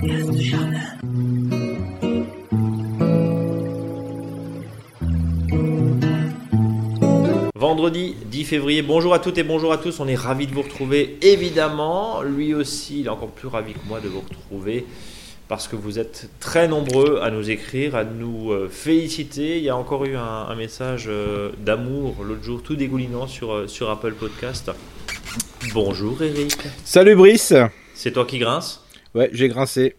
podcast de jardin. Vendredi 10 février, bonjour à toutes et bonjour à tous, on est ravis de vous retrouver évidemment, lui aussi il est encore plus ravi que moi de vous retrouver parce que vous êtes très nombreux à nous écrire, à nous féliciter. Il y a encore eu un message d'amour l'autre jour tout dégoulinant sur Apple Podcast. Bonjour Eric. Salut Brice. C'est toi qui grinces ? Ouais, j'ai grincé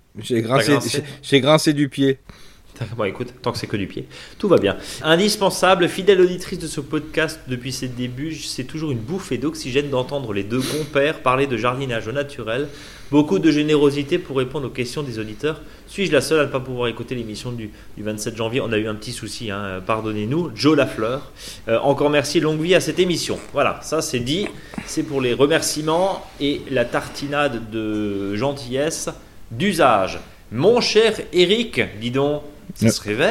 du pied. Bon écoute, tant que c'est que du pied, tout va bien. Indispensable, fidèle auditrice de ce podcast depuis ses débuts, c'est toujours une bouffée d'oxygène d'entendre les deux compères parler de jardinage au naturel. Beaucoup de générosité pour répondre aux questions des auditeurs. Suis-je la seule à ne pas pouvoir écouter l'émission du 27 janvier ? On a eu un petit souci, pardonnez-nous. Joe Lafleur. Encore merci, longue vie à cette émission. Voilà, ça c'est dit. C'est pour les remerciements et la tartinade de gentillesse d'usage. Mon cher Eric, dis donc, ça se réveille ?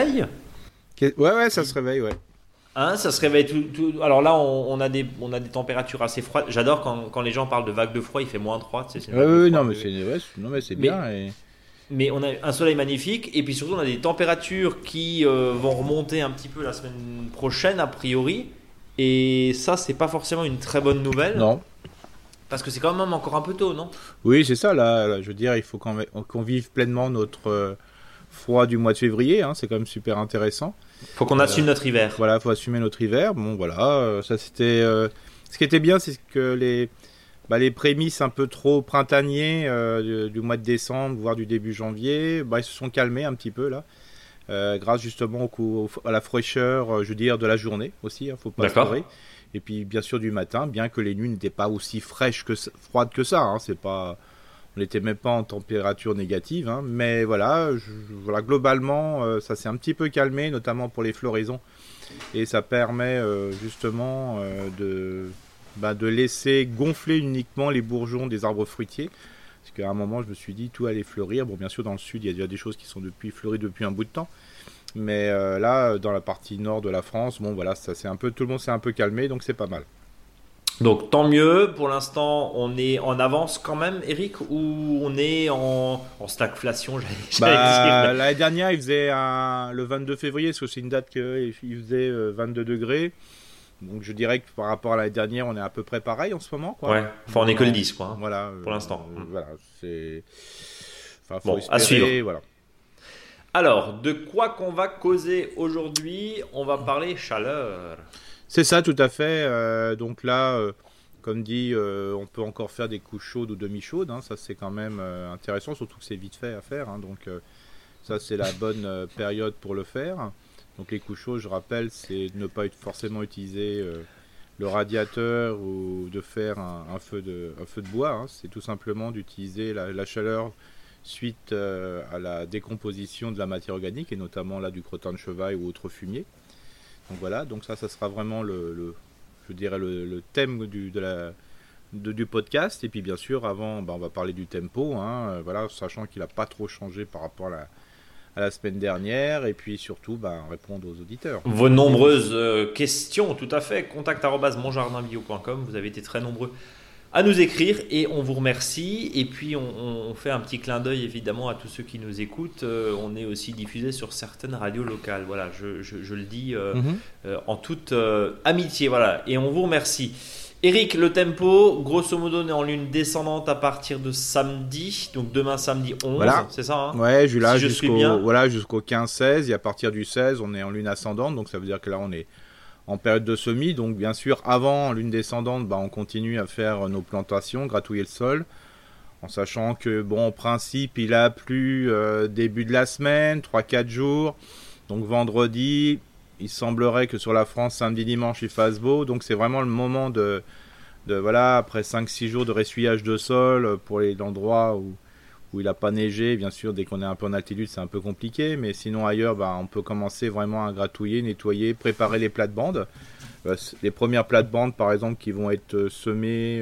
Ouais, ça se réveille, ouais. Hein, ça se réveille tout. Alors là, on a des températures assez froides. J'adore quand les gens parlent de vagues de froid, il fait -3. Tu sais, oui, non, mais c'est bien. Mais on a un soleil magnifique et puis surtout, on a des températures qui vont remonter un petit peu la semaine prochaine, a priori. Et ça, c'est pas forcément une très bonne nouvelle. Non. Parce que c'est quand même encore un peu tôt, non ? Oui, c'est ça. Là, je veux dire, il faut qu'on vive pleinement notre froid du mois de février. C'est quand même super intéressant. Faut qu'on assume notre hiver. Voilà, faut assumer notre hiver. Bon, voilà, ça c'était. Ce qui était bien, c'est que les prémices un peu trop printaniers du mois de décembre, voire du début janvier, ils se sont calmés un petit peu là, grâce justement à la fraîcheur, je veux dire, de la journée aussi. Faut pas se leurrer. Et puis bien sûr du matin, bien que les nuits n'étaient pas aussi froides que ça. C'est pas. On n'était même pas en température négative, mais voilà, globalement, ça s'est un petit peu calmé, notamment pour les floraisons, et ça permet justement de laisser gonfler uniquement les bourgeons des arbres fruitiers, parce qu'à un moment, je me suis dit tout allait fleurir. Bon, bien sûr, dans le sud, il y a déjà des choses qui sont fleuries depuis un bout de temps, mais là, dans la partie nord de la France, bon, voilà, tout le monde s'est un peu calmé, donc c'est pas mal. Donc tant mieux, pour l'instant on est en avance quand même Eric, ou on est en stagflation, j'allais dire. L'année dernière il faisait le 22 février, parce que c'est une date qu'il faisait 22 degrés, donc je dirais que par rapport à l'année dernière on est à peu près pareil en ce moment, quoi. Ouais, enfin on est que le 10 quoi, voilà, pour l'instant. Voilà, c'est... Enfin, faut bon, espérer, à suivre. voilà. Alors, de quoi qu'on va causer aujourd'hui ? On va parler chaleur. C'est ça, tout à fait. Donc là, comme dit, on peut encore faire des couches chaudes ou demi-chaudes. Ça, c'est quand même intéressant, surtout que c'est vite fait à faire. Donc ça, c'est la bonne période pour le faire. Donc les couches chaudes, je rappelle, c'est de ne pas forcément utiliser le radiateur ou de faire un feu de bois. C'est tout simplement d'utiliser la chaleur suite à la décomposition de la matière organique, et notamment là du crottin de cheval ou autre fumier. Donc voilà, donc ça sera vraiment le thème du podcast. Et puis bien sûr, avant, on va parler du tempo, voilà, sachant qu'il n'a pas trop changé par rapport à la semaine dernière. Et puis surtout, répondre aux auditeurs. Vos nombreuses questions, tout à fait. contact@monjardinbio.com. Vous avez été très nombreux à nous écrire et on vous remercie. Et puis on fait un petit clin d'œil évidemment à tous ceux qui nous écoutent. On est aussi diffusé sur certaines radios locales. Voilà, je le dis en toute amitié. Voilà, et on vous remercie. Eric, le tempo, grosso modo, on est en lune descendante à partir de samedi, donc demain samedi 11, voilà. C'est ça Ouais, jusqu'au 15-16, et à partir du 16, on est en lune ascendante, donc ça veut dire que là on est en période de semis. Donc bien sûr, avant lune descendante, on continue à faire nos plantations, gratouiller le sol, en sachant que en principe il a plu début de la semaine, 3-4 jours, donc vendredi il semblerait que sur la France samedi dimanche il fasse beau, donc c'est vraiment le moment de voilà, après 5-6 jours de ressuyage de sol pour les endroits où il n'a pas neigé. Bien sûr, dès qu'on est un peu en altitude, c'est un peu compliqué, mais sinon ailleurs, on peut commencer vraiment à gratouiller, nettoyer, préparer les plates-bandes. Les premières plates-bandes, par exemple, qui vont être semées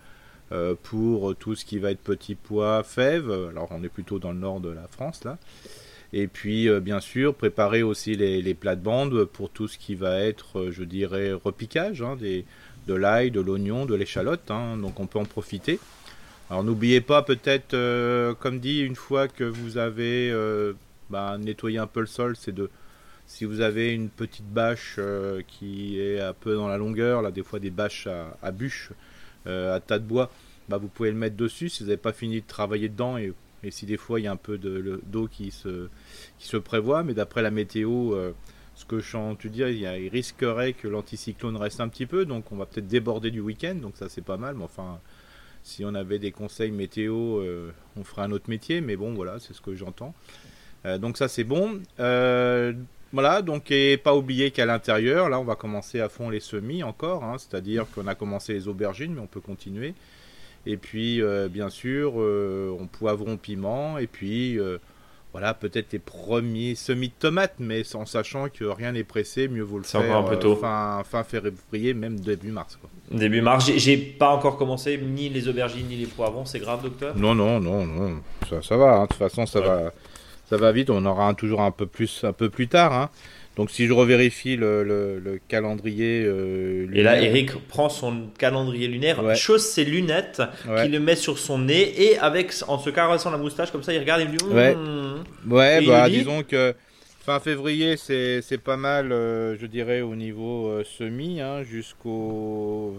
pour tout ce qui va être petits pois, fèves. Alors, on est plutôt dans le nord de la France, là. Et puis, bien sûr, préparer aussi les plates-bandes pour tout ce qui va être, je dirais, repiquage, de l'ail, de l'oignon, de l'échalote. Donc, on peut en profiter. Alors n'oubliez pas peut-être, comme dit, une fois que vous avez nettoyé un peu le sol, si vous avez une petite bâche qui est un peu dans la longueur, là des fois des bâches à bûches, à tas de bois, vous pouvez le mettre dessus si vous n'avez pas fini de travailler dedans et si des fois il y a un peu d'eau qui se prévoit, mais d'après la météo, ce que je sens te dire, il risquerait que l'anticyclone reste un petit peu, donc on va peut-être déborder du week-end, donc ça c'est pas mal, mais enfin si on avait des conseils météo, on ferait un autre métier, mais bon voilà, c'est ce que j'entends. Donc ça c'est bon. Voilà, donc et pas oublier qu'à l'intérieur, là on va commencer à fond les semis encore, c'est-à-dire qu'on a commencé les aubergines, mais on peut continuer. Et puis bien sûr, poivron, piment, et puis voilà, peut-être les premiers semis de tomates, mais en sachant que rien n'est pressé, mieux vaut le faire encore un peu tôt. Fin février, même début mars, quoi. Début mars, j'ai pas encore commencé ni les aubergines ni les poivrons, c'est grave, docteur? Non, ça va, de toute façon ça va vite, on aura toujours un peu plus tard. Donc si je revérifie le calendrier lunaire. Et là, Eric prend son calendrier lunaire, chausse ses lunettes, qu'il le met sur son nez et en se caressant la moustache, comme ça il regarde et il me dit disons que fin février c'est pas mal, je dirais au niveau semis, jusqu'au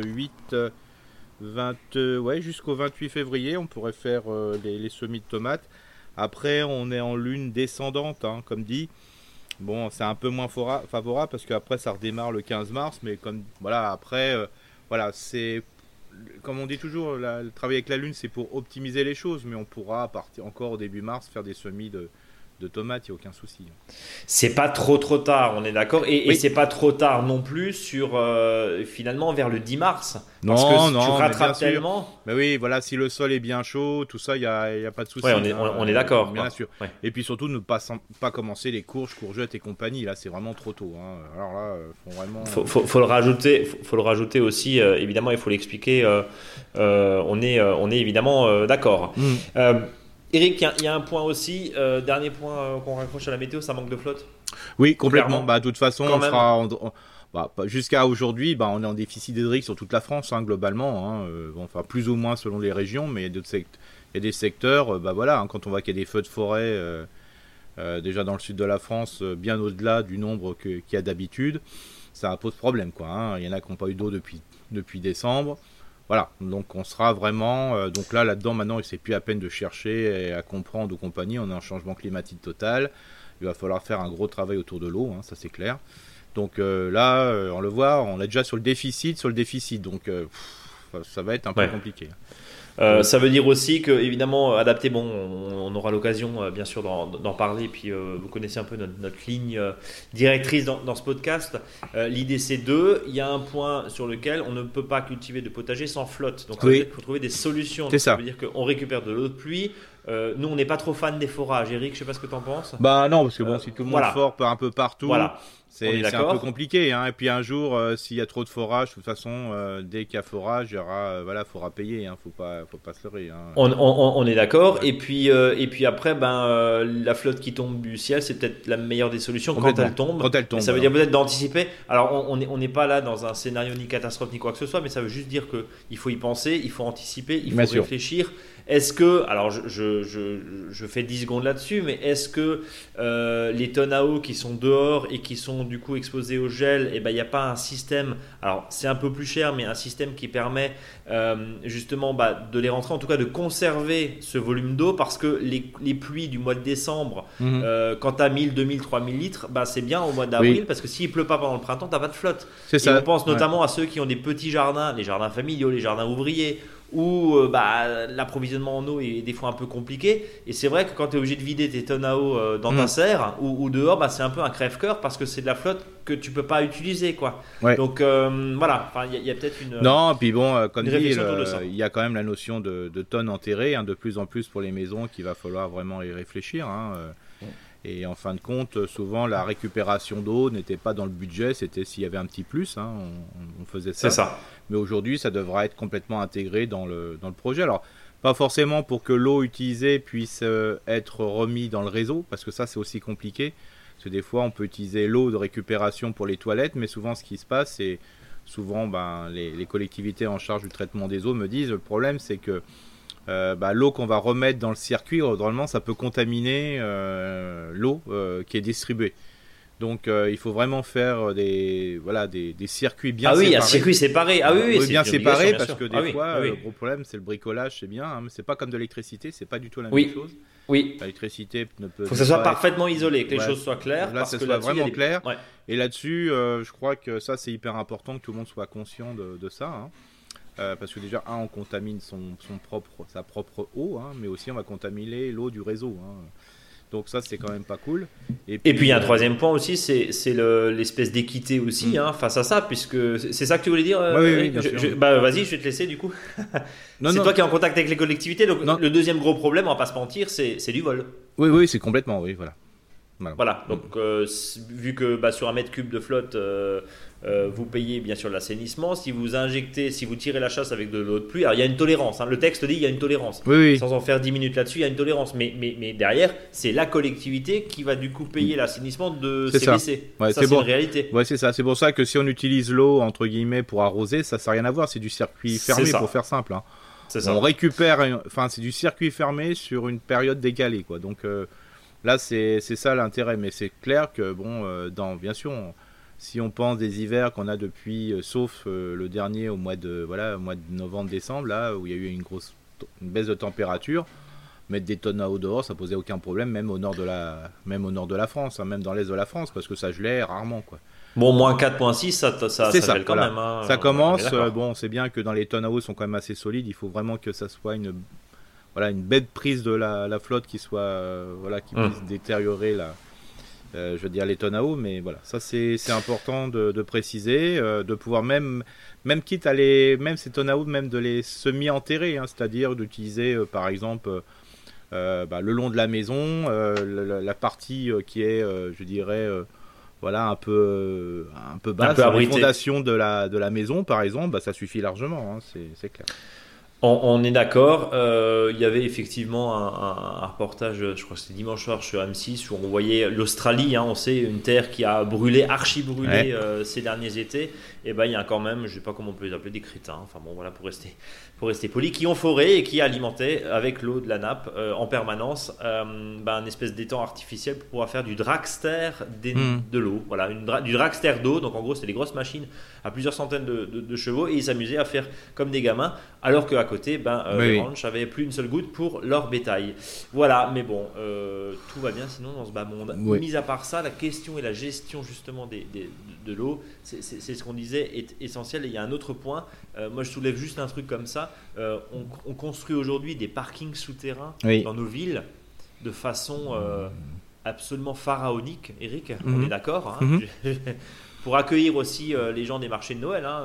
28 février on pourrait faire les semis de tomates. Après on est en lune descendante, comme dit. Bon, c'est un peu moins favorable parce qu'après ça redémarre le 15 mars, mais c'est comme on dit toujours, le travail avec la lune c'est pour optimiser les choses, mais on pourra encore au début mars faire des semis de tomates, il n'y a aucun souci. C'est pas trop tard, on est d'accord, et c'est pas trop tard non plus sur finalement vers le 10 mars. Parce que tu rattrapes tellement. Mais oui, voilà, si le sol est bien chaud, tout ça, il y a pas de souci. Ouais, on est d'accord. Bien sûr. Ouais. Et puis surtout ne pas commencer les courges, courgettes et compagnie. Là, c'est vraiment trop tôt. Alors là, faut le rajouter aussi. Évidemment, il faut l'expliquer. On est évidemment d'accord. Eric, il y a un point aussi, dernier point qu'on raccroche à la météo, ça manque de flotte. Oui, complètement. De toute façon, jusqu'à aujourd'hui, on est en déficit hydrique sur toute la France, globalement. Plus ou moins selon les régions, mais il y a des secteurs, quand on voit qu'il y a des feux de forêt, déjà dans le sud de la France, bien au-delà du nombre qu'il y a d'habitude, ça pose problème, quoi. Il y en a qui n'ont pas eu d'eau depuis décembre. Voilà, donc on sera vraiment... donc là-dedans, maintenant, il ne s'agit plus à peine de chercher à comprendre ou compagnie. On a un changement climatique total. Il va falloir faire un gros travail autour de l'eau, ça c'est clair. Donc on le voit, on est déjà sur le déficit. Donc ça va être un peu compliqué. Ça veut dire aussi que, évidemment, adapter, on aura l'occasion bien sûr d'en parler, et puis vous connaissez un peu notre ligne directrice dans ce podcast. L'idée c'est il y a un point sur lequel on ne peut pas cultiver de potager sans flotte, donc ça veut dire qu'il faut trouver des solutions. Ça veut dire qu'on récupère de l'eau de pluie. Nous on n'est pas trop fan des forages. Eric, je sais pas ce que tu en penses. Non, parce que si tout le monde fore un peu partout, c'est un peu compliqué. Et puis un jour, s'il y a trop de forage, de toute façon, dès qu'il y a forage, il y aura, faudra payer. Faut pas se leurrer. On est d'accord. Et puis après, la flotte qui tombe du ciel, c'est peut-être la meilleure des solutions quand elle tombe. Ça veut dire peut-être d'anticiper. Alors on n'est pas là dans un scénario ni catastrophe ni quoi que ce soit, mais ça veut juste dire que il faut y penser, il faut anticiper, il faut réfléchir. Est-ce que, alors je fais 10 secondes là-dessus, mais est-ce que les tonnes à eau qui sont dehors et qui sont du coup exposées au gel, il n'y a pas un système, alors c'est un peu plus cher, mais un système qui permet justement de les rentrer, en tout cas de conserver ce volume d'eau, parce que les pluies du mois de décembre, quand tu as 1000, 2000, 3000 litres, c'est bien au mois d'avril, parce que s'il ne pleut pas pendant le printemps, tu n'as pas de flotte. C'est ça. On pense notamment à ceux qui ont des petits jardins, les jardins familiaux, les jardins ouvriers, où l'approvisionnement en eau est des fois un peu compliqué, et c'est vrai que quand tu es obligé de vider tes tonnes à eau dans ta serre ou dehors, c'est un peu un crève-cœur, parce que c'est de la flotte que tu peux pas utiliser, quoi. Donc voilà, il y a peut-être une puis comme dit, il y a quand même la notion de tonnes enterrées, de plus en plus pour les maisons, qu'il va falloir vraiment y réfléchir. Et en fin de compte, souvent la récupération d'eau n'était pas dans le budget, c'était s'il y avait un petit plus, on faisait ça. C'est ça. Mais aujourd'hui, ça devra être complètement intégré dans le projet. Alors, pas forcément pour que l'eau utilisée puisse être remise dans le réseau, parce que ça, c'est aussi compliqué. Parce que des fois, on peut utiliser l'eau de récupération pour les toilettes, mais souvent, ce qui se passe, c'est souvent les collectivités en charge du traitement des eaux me disent, le problème, c'est que l'eau qu'on va remettre dans le circuit, normalement, ça peut contaminer l'eau qui est distribuée. Donc, il faut vraiment faire des circuits bien séparés. Ah oui, un circuit séparé. Ah oui, bien séparé, parce que des fois, oui. le gros problème, c'est le bricolage, c'est bien, hein, mais c'est pas comme de l'électricité, c'est pas du tout la Oui. même chose. Oui. L'électricité ne peut. Il faut que ça soit parfaitement isolé, que les choses soient claires. Là, parce ça que soit vraiment clair. Ouais. Et là-dessus, je crois que ça, c'est hyper important que tout le monde soit conscient de ça. Hein. Parce que déjà, on contamine sa propre eau, hein, mais aussi on va contaminer l'eau du réseau. Hein. Donc ça, c'est quand même pas cool. Et puis il y a un troisième point aussi, c'est l'espèce d'équité aussi face à ça, puisque c'est ça que tu voulais dire. Oui, bien sûr. Vas-y, je vais te laisser du coup. C'est toi qui es en contact avec les collectivités, donc le deuxième gros problème, on va pas se mentir, c'est du vol. Oui, c'est complètement, voilà. Voilà, donc vu que sur un mètre cube de flotte, vous payez bien sûr l'assainissement, si vous tirez la chasse avec de l'eau de pluie, alors il y a une tolérance, hein. Le texte dit il y a une tolérance, sans en faire 10 minutes là-dessus, il y a une tolérance, mais derrière, c'est la collectivité qui va du coup payer l'assainissement de ces WC. Ouais, ça, c'est une réalité. Ouais, c'est ça, c'est pour ça que si on utilise l'eau, entre guillemets, pour arroser, ça n'a rien à voir, c'est du circuit fermé pour faire simple. Hein. C'est ça. On récupère, c'est du circuit fermé sur une période décalée, quoi. Donc là, c'est ça l'intérêt, mais c'est clair que, bien sûr, si on pense des hivers qu'on a depuis, sauf le dernier au mois de novembre-décembre, là, où il y a eu une baisse de température, mettre des tonnes à eau dehors, ça posait aucun problème, même au nord de la France, hein, même dans l'est de la France, parce que ça gelait rarement, quoi. Bon, moins 4.6, ça gèle quand même. Hein, ça commence, c'est bien que dans les tonnes à eau sont quand même assez solides, il faut vraiment que ça soit une belle prise de la flotte qui soit qui puisse détériorer les tonnes à eau, mais voilà, ça c'est important de préciser, de pouvoir même quitte à même ces tonnes à eau, même de les semi-enterrer, hein, c'est-à-dire d'utiliser par exemple le long de la maison, la partie qui est un peu basse, les fondations de la maison par exemple, ça suffit largement, hein, c'est clair. On est d'accord. Il y avait effectivement un reportage, je crois que c'était dimanche soir sur M6, où on voyait l'Australie, hein, on sait, une terre qui a archi brûlé ces derniers étés. Et il y a quand même, je ne sais pas comment on peut les appeler, des crétins, pour rester poli, qui ont foré et qui alimentaient avec l'eau de la nappe en permanence une espèce d'étang artificiel pour pouvoir faire du dragster de l'eau. Voilà, du dragster d'eau. Donc en gros, c'était des grosses machines à plusieurs centaines de chevaux, et ils s'amusaient à faire comme des gamins, alors qu'à côté, les ranchs n'avaient plus une seule goutte pour leur bétail. Voilà, mais bon, tout va bien sinon dans ce bas monde. Mis à part ça, la question et la gestion justement de l'eau, c'est ce qu'on disait, est essentiel. Et il y a un autre point, moi je soulève juste un truc comme ça, on construit aujourd'hui des parkings souterrains dans nos villes de façon absolument pharaonique, Eric, on est d'accord, hein. Pour accueillir aussi les gens des marchés de Noël, hein,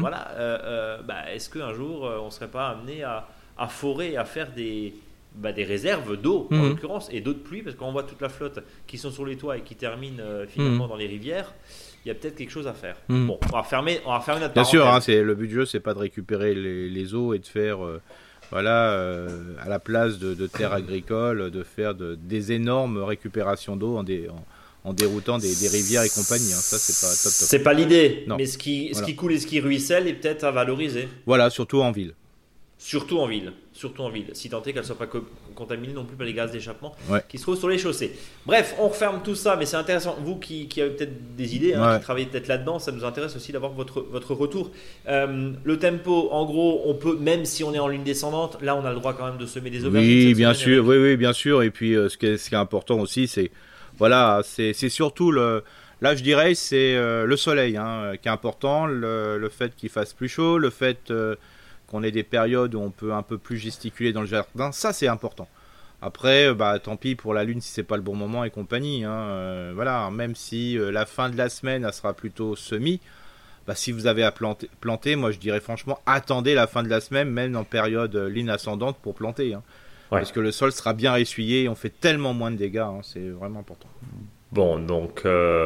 est-ce qu'un jour on ne serait pas amené à forer, à faire des réserves d'eau en l'occurrence, et d'eau de pluie, parce qu'on voit toute la flotte qui sont sur les toits et qui termine finalement dans les rivières. Il y a peut-être quelque chose à faire. Bon, on va fermer notre parenthèse. Bien sûr, hein, le but du jeu, c'est pas de récupérer les eaux et de faire à la place de terres agricoles, de faire des énormes récupérations d'eau en déroutant des rivières et compagnie, hein. Ça, c'est pas top. C'est pas l'idée, mais ce qui coule et ce qui ruisselle est peut-être à valoriser. Voilà, surtout en ville. Surtout en ville, si tant est qu'elle ne soit pas contaminée non plus par les gaz d'échappement qui se trouvent sur les chaussées. Bref, on referme tout ça, mais c'est intéressant. Vous qui avez peut-être des idées, qui travaillez peut-être là-dedans, ça nous intéresse aussi d'avoir votre retour. Le tempo, en gros, on peut, même si on est en ligne descendante, là on a le droit quand même de semer des aubergines. Oui, bien sûr, oui, bien sûr. Et puis ce qui est important aussi, c'est surtout là je dirais c'est le soleil, hein, qui est important, le fait qu'il fasse plus chaud, le fait qu'on ait des périodes où on peut un peu plus gesticuler dans le jardin, ça c'est important. Après, tant pis pour la lune si c'est pas le bon moment et compagnie, hein, même si la fin de la semaine elle sera plutôt semis, si vous avez à planter, moi je dirais franchement attendez la fin de la semaine, même en période ligne ascendante pour planter, hein. Parce que le sol sera bien essuyé et on fait tellement moins de dégâts, hein, c'est vraiment important. Bon, donc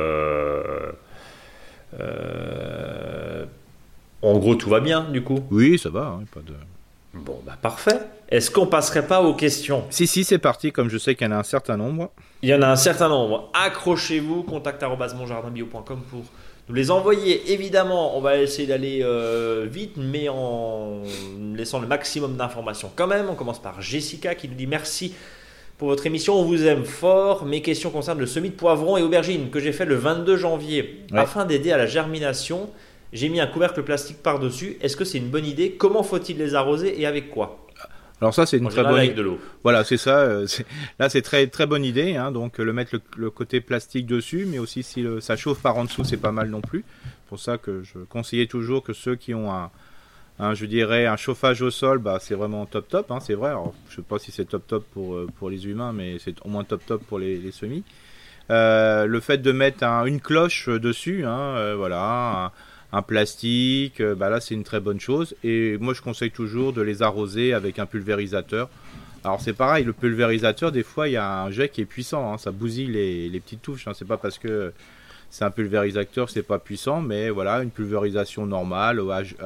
en gros, tout va bien, du coup. Oui, ça va. Hein, Bon, parfait. Est-ce qu'on passerait pas aux questions ? Si, c'est parti, comme je sais qu'il y en a un certain nombre. Il y en a un certain nombre. Accrochez-vous, contact@monjardinbio.com pour nous les envoyer. Évidemment, on va essayer d'aller vite, mais en laissant le maximum d'informations quand même. On commence par Jessica qui nous dit merci pour votre émission, on vous aime fort. Mes questions concernent le semis de poivrons et aubergines que j'ai fait le 22 janvier. Ouais. Afin d'aider à la germination, j'ai mis un couvercle plastique par-dessus. Est-ce que c'est une bonne idée? Comment faut-il les arroser et avec quoi? Alors ça, c'est une très bonne avec de l'eau. Voilà, c'est ça. Là, c'est très très bonne idée. Hein, donc mettre le côté plastique dessus, mais aussi si ça chauffe par en dessous, c'est pas mal non plus. C'est pour ça que je conseillais toujours que ceux qui ont je dirais un chauffage au sol, c'est vraiment top, hein, c'est vrai. Alors, je sais pas si c'est top pour les humains, mais c'est au moins top pour les semis. Le fait de mettre une cloche dessus, hein, voilà, un plastique, là c'est une très bonne chose. Et moi je conseille toujours de les arroser avec un pulvérisateur. Alors c'est pareil, le pulvérisateur, des fois il y a un jet qui est puissant, hein, ça bousille les petites touches. Hein, c'est pas parce que c'est un pulvérisateur que c'est pas puissant, mais voilà, une pulvérisation normale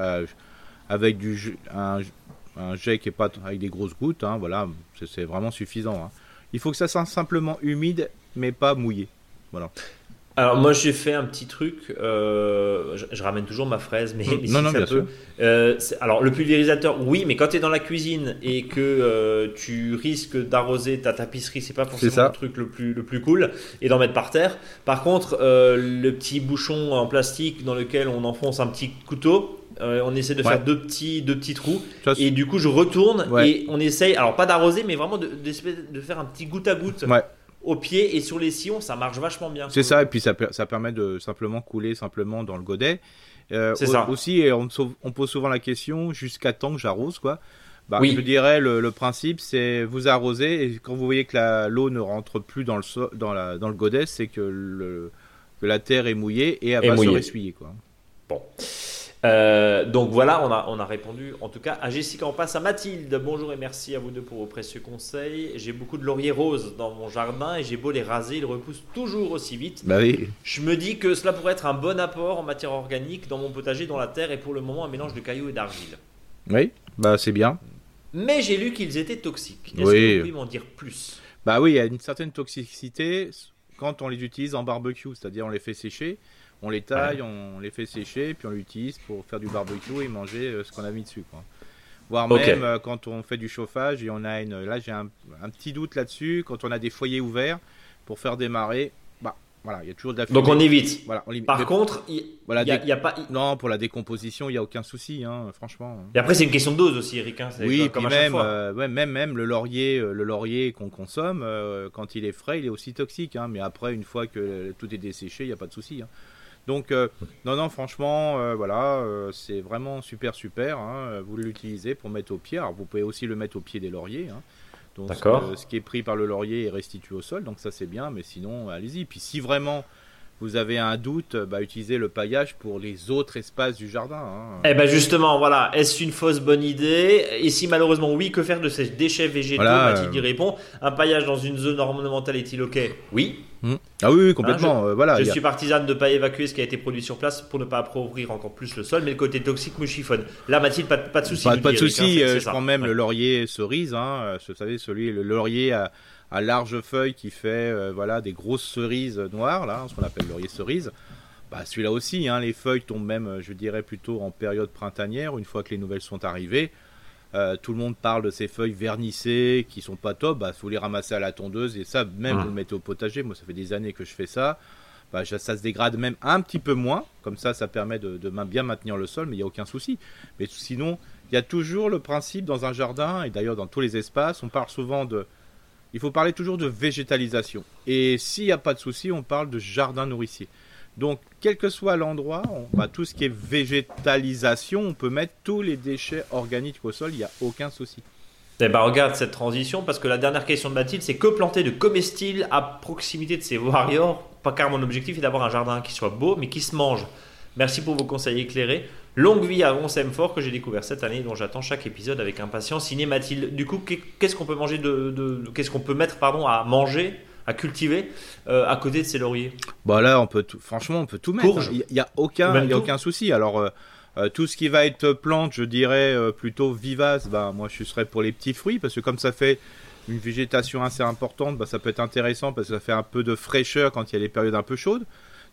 avec un jet qui est pas avec des grosses gouttes, hein, voilà, c'est vraiment suffisant. Hein. Il faut que ça soit simplement humide, mais pas mouillé. Voilà. Alors moi j'ai fait un petit truc, je ramène toujours ma fraise, mais si non, ça peut. Alors le pulvérisateur, oui, mais quand tu es dans la cuisine et que tu risques d'arroser ta tapisserie, c'est pas forcément le truc le plus cool, et d'en mettre par terre. Par contre, le petit bouchon en plastique dans lequel on enfonce un petit couteau, on essaie de faire deux petits trous, et du coup je retourne et on essaye, alors pas d'arroser, mais vraiment de faire un petit goutte à goutte. Ouais. Au pied et sur les sillons, ça marche vachement bien. C'est ça, et puis ça permet de simplement couler simplement dans le godet. C'est ça. Aussi, on pose souvent la question, jusqu'à temps que j'arrose, quoi. Oui. Je dirais, le principe, c'est vous arroser, et quand vous voyez que l'eau ne rentre plus dans le godet, c'est que la terre est mouillée et elle va se ressuyer, quoi. Bon. Donc voilà, on a répondu en tout cas à Jessica. On passe à Mathilde. Bonjour et merci à vous deux pour vos précieux conseils. J'ai beaucoup de lauriers roses dans mon jardin et j'ai beau les raser, ils repoussent toujours aussi vite. Oui. Je me dis que cela pourrait être un bon apport en matière organique dans mon potager dont la terre est pour le moment un mélange de cailloux et d'argile. Oui, c'est bien. Mais j'ai lu qu'ils étaient toxiques. Est-ce que vous pouvez m'en dire plus? Oui, il y a une certaine toxicité quand on les utilise en barbecue, c'est-à-dire on les fait sécher. On les taille, on les fait sécher, puis on l'utilise pour faire du barbecue et manger ce qu'on a mis dessus, quoi. Voire même quand on fait du chauffage, et là j'ai un petit doute là-dessus, quand on a des foyers ouverts pour faire démarrer, voilà, il y a toujours de la fumée. Donc on évite. Voilà, Par contre, il y a pas. Non, pour la décomposition, il y a aucun souci, hein, franchement. Et après c'est une question de dose aussi, Eric. Hein, oui, comme puis même le laurier qu'on consomme, quand il est frais, il est aussi toxique, hein, mais après une fois que tout est desséché, il n'y a pas de souci. Hein. Donc, non, franchement, c'est vraiment super, hein, vous l'utilisez pour mettre au pied. Alors, vous pouvez aussi le mettre au pied des lauriers. Hein. Donc, ce qui est pris par le laurier est restitué au sol, donc ça c'est bien, mais sinon, allez-y. Puis si vraiment vous avez un doute, utilisez le paillage pour les autres espaces du jardin. Hein. Eh ben justement, voilà, est-ce une fausse bonne idée? Et si malheureusement oui, que faire de ces déchets végétaux? Mathilde y répond. Un paillage dans une zone ornementale est-il ok? Oui. Ah oui, complètement. Je suis partisane de ne pas évacuer ce qui a été produit sur place pour ne pas appauvrir encore plus le sol, mais le côté toxique me chiffonne. Là, Mathilde, pas de souci. Pas de souci. Je prends même le laurier cerise. Hein, vous savez, le laurier à large feuille qui fait des grosses cerises noires, là, ce qu'on appelle laurier cerise. Celui-là aussi, hein, les feuilles tombent même, je dirais, plutôt en période printanière, une fois que les nouvelles sont arrivées. Tout le monde parle de ces feuilles vernissées qui sont pas top, faut les ramasser à la tondeuse et ça même vous le mettez au potager. Moi ça fait des années que je fais ça, ça se dégrade même un petit peu moins, comme ça permet de bien maintenir le sol, mais il n'y a aucun souci. Mais sinon il y a toujours le principe dans un jardin, et d'ailleurs dans tous les espaces, on parle souvent il faut parler toujours de végétalisation, et s'il n'y a pas de souci, on parle de jardin nourricier. Donc, quel que soit l'endroit, tout ce qui est végétalisation, on peut mettre tous les déchets organiques au sol, il n'y a aucun souci. Regarde cette transition, parce que la dernière question de Mathilde, c'est que planter de comestibles à proximité de ces warriors? Pas car mon objectif est d'avoir un jardin qui soit beau, mais qui se mange. Merci pour vos conseils éclairés. Longue vie à On s'aime fort que j'ai découvert cette année, dont j'attends chaque épisode avec impatience. Signé Mathilde. Du coup, qu'est-ce qu'on peut manger qu'est-ce qu'on peut mettre à manger, à cultiver à côté de ces lauriers? Là, on peut tout mettre. Il y a aucun souci. Alors, tout ce qui va être plante, je dirais plutôt vivace, moi je serais pour les petits fruits, parce que comme ça fait une végétation assez importante, ça peut être intéressant parce que ça fait un peu de fraîcheur quand il y a des périodes un peu chaudes.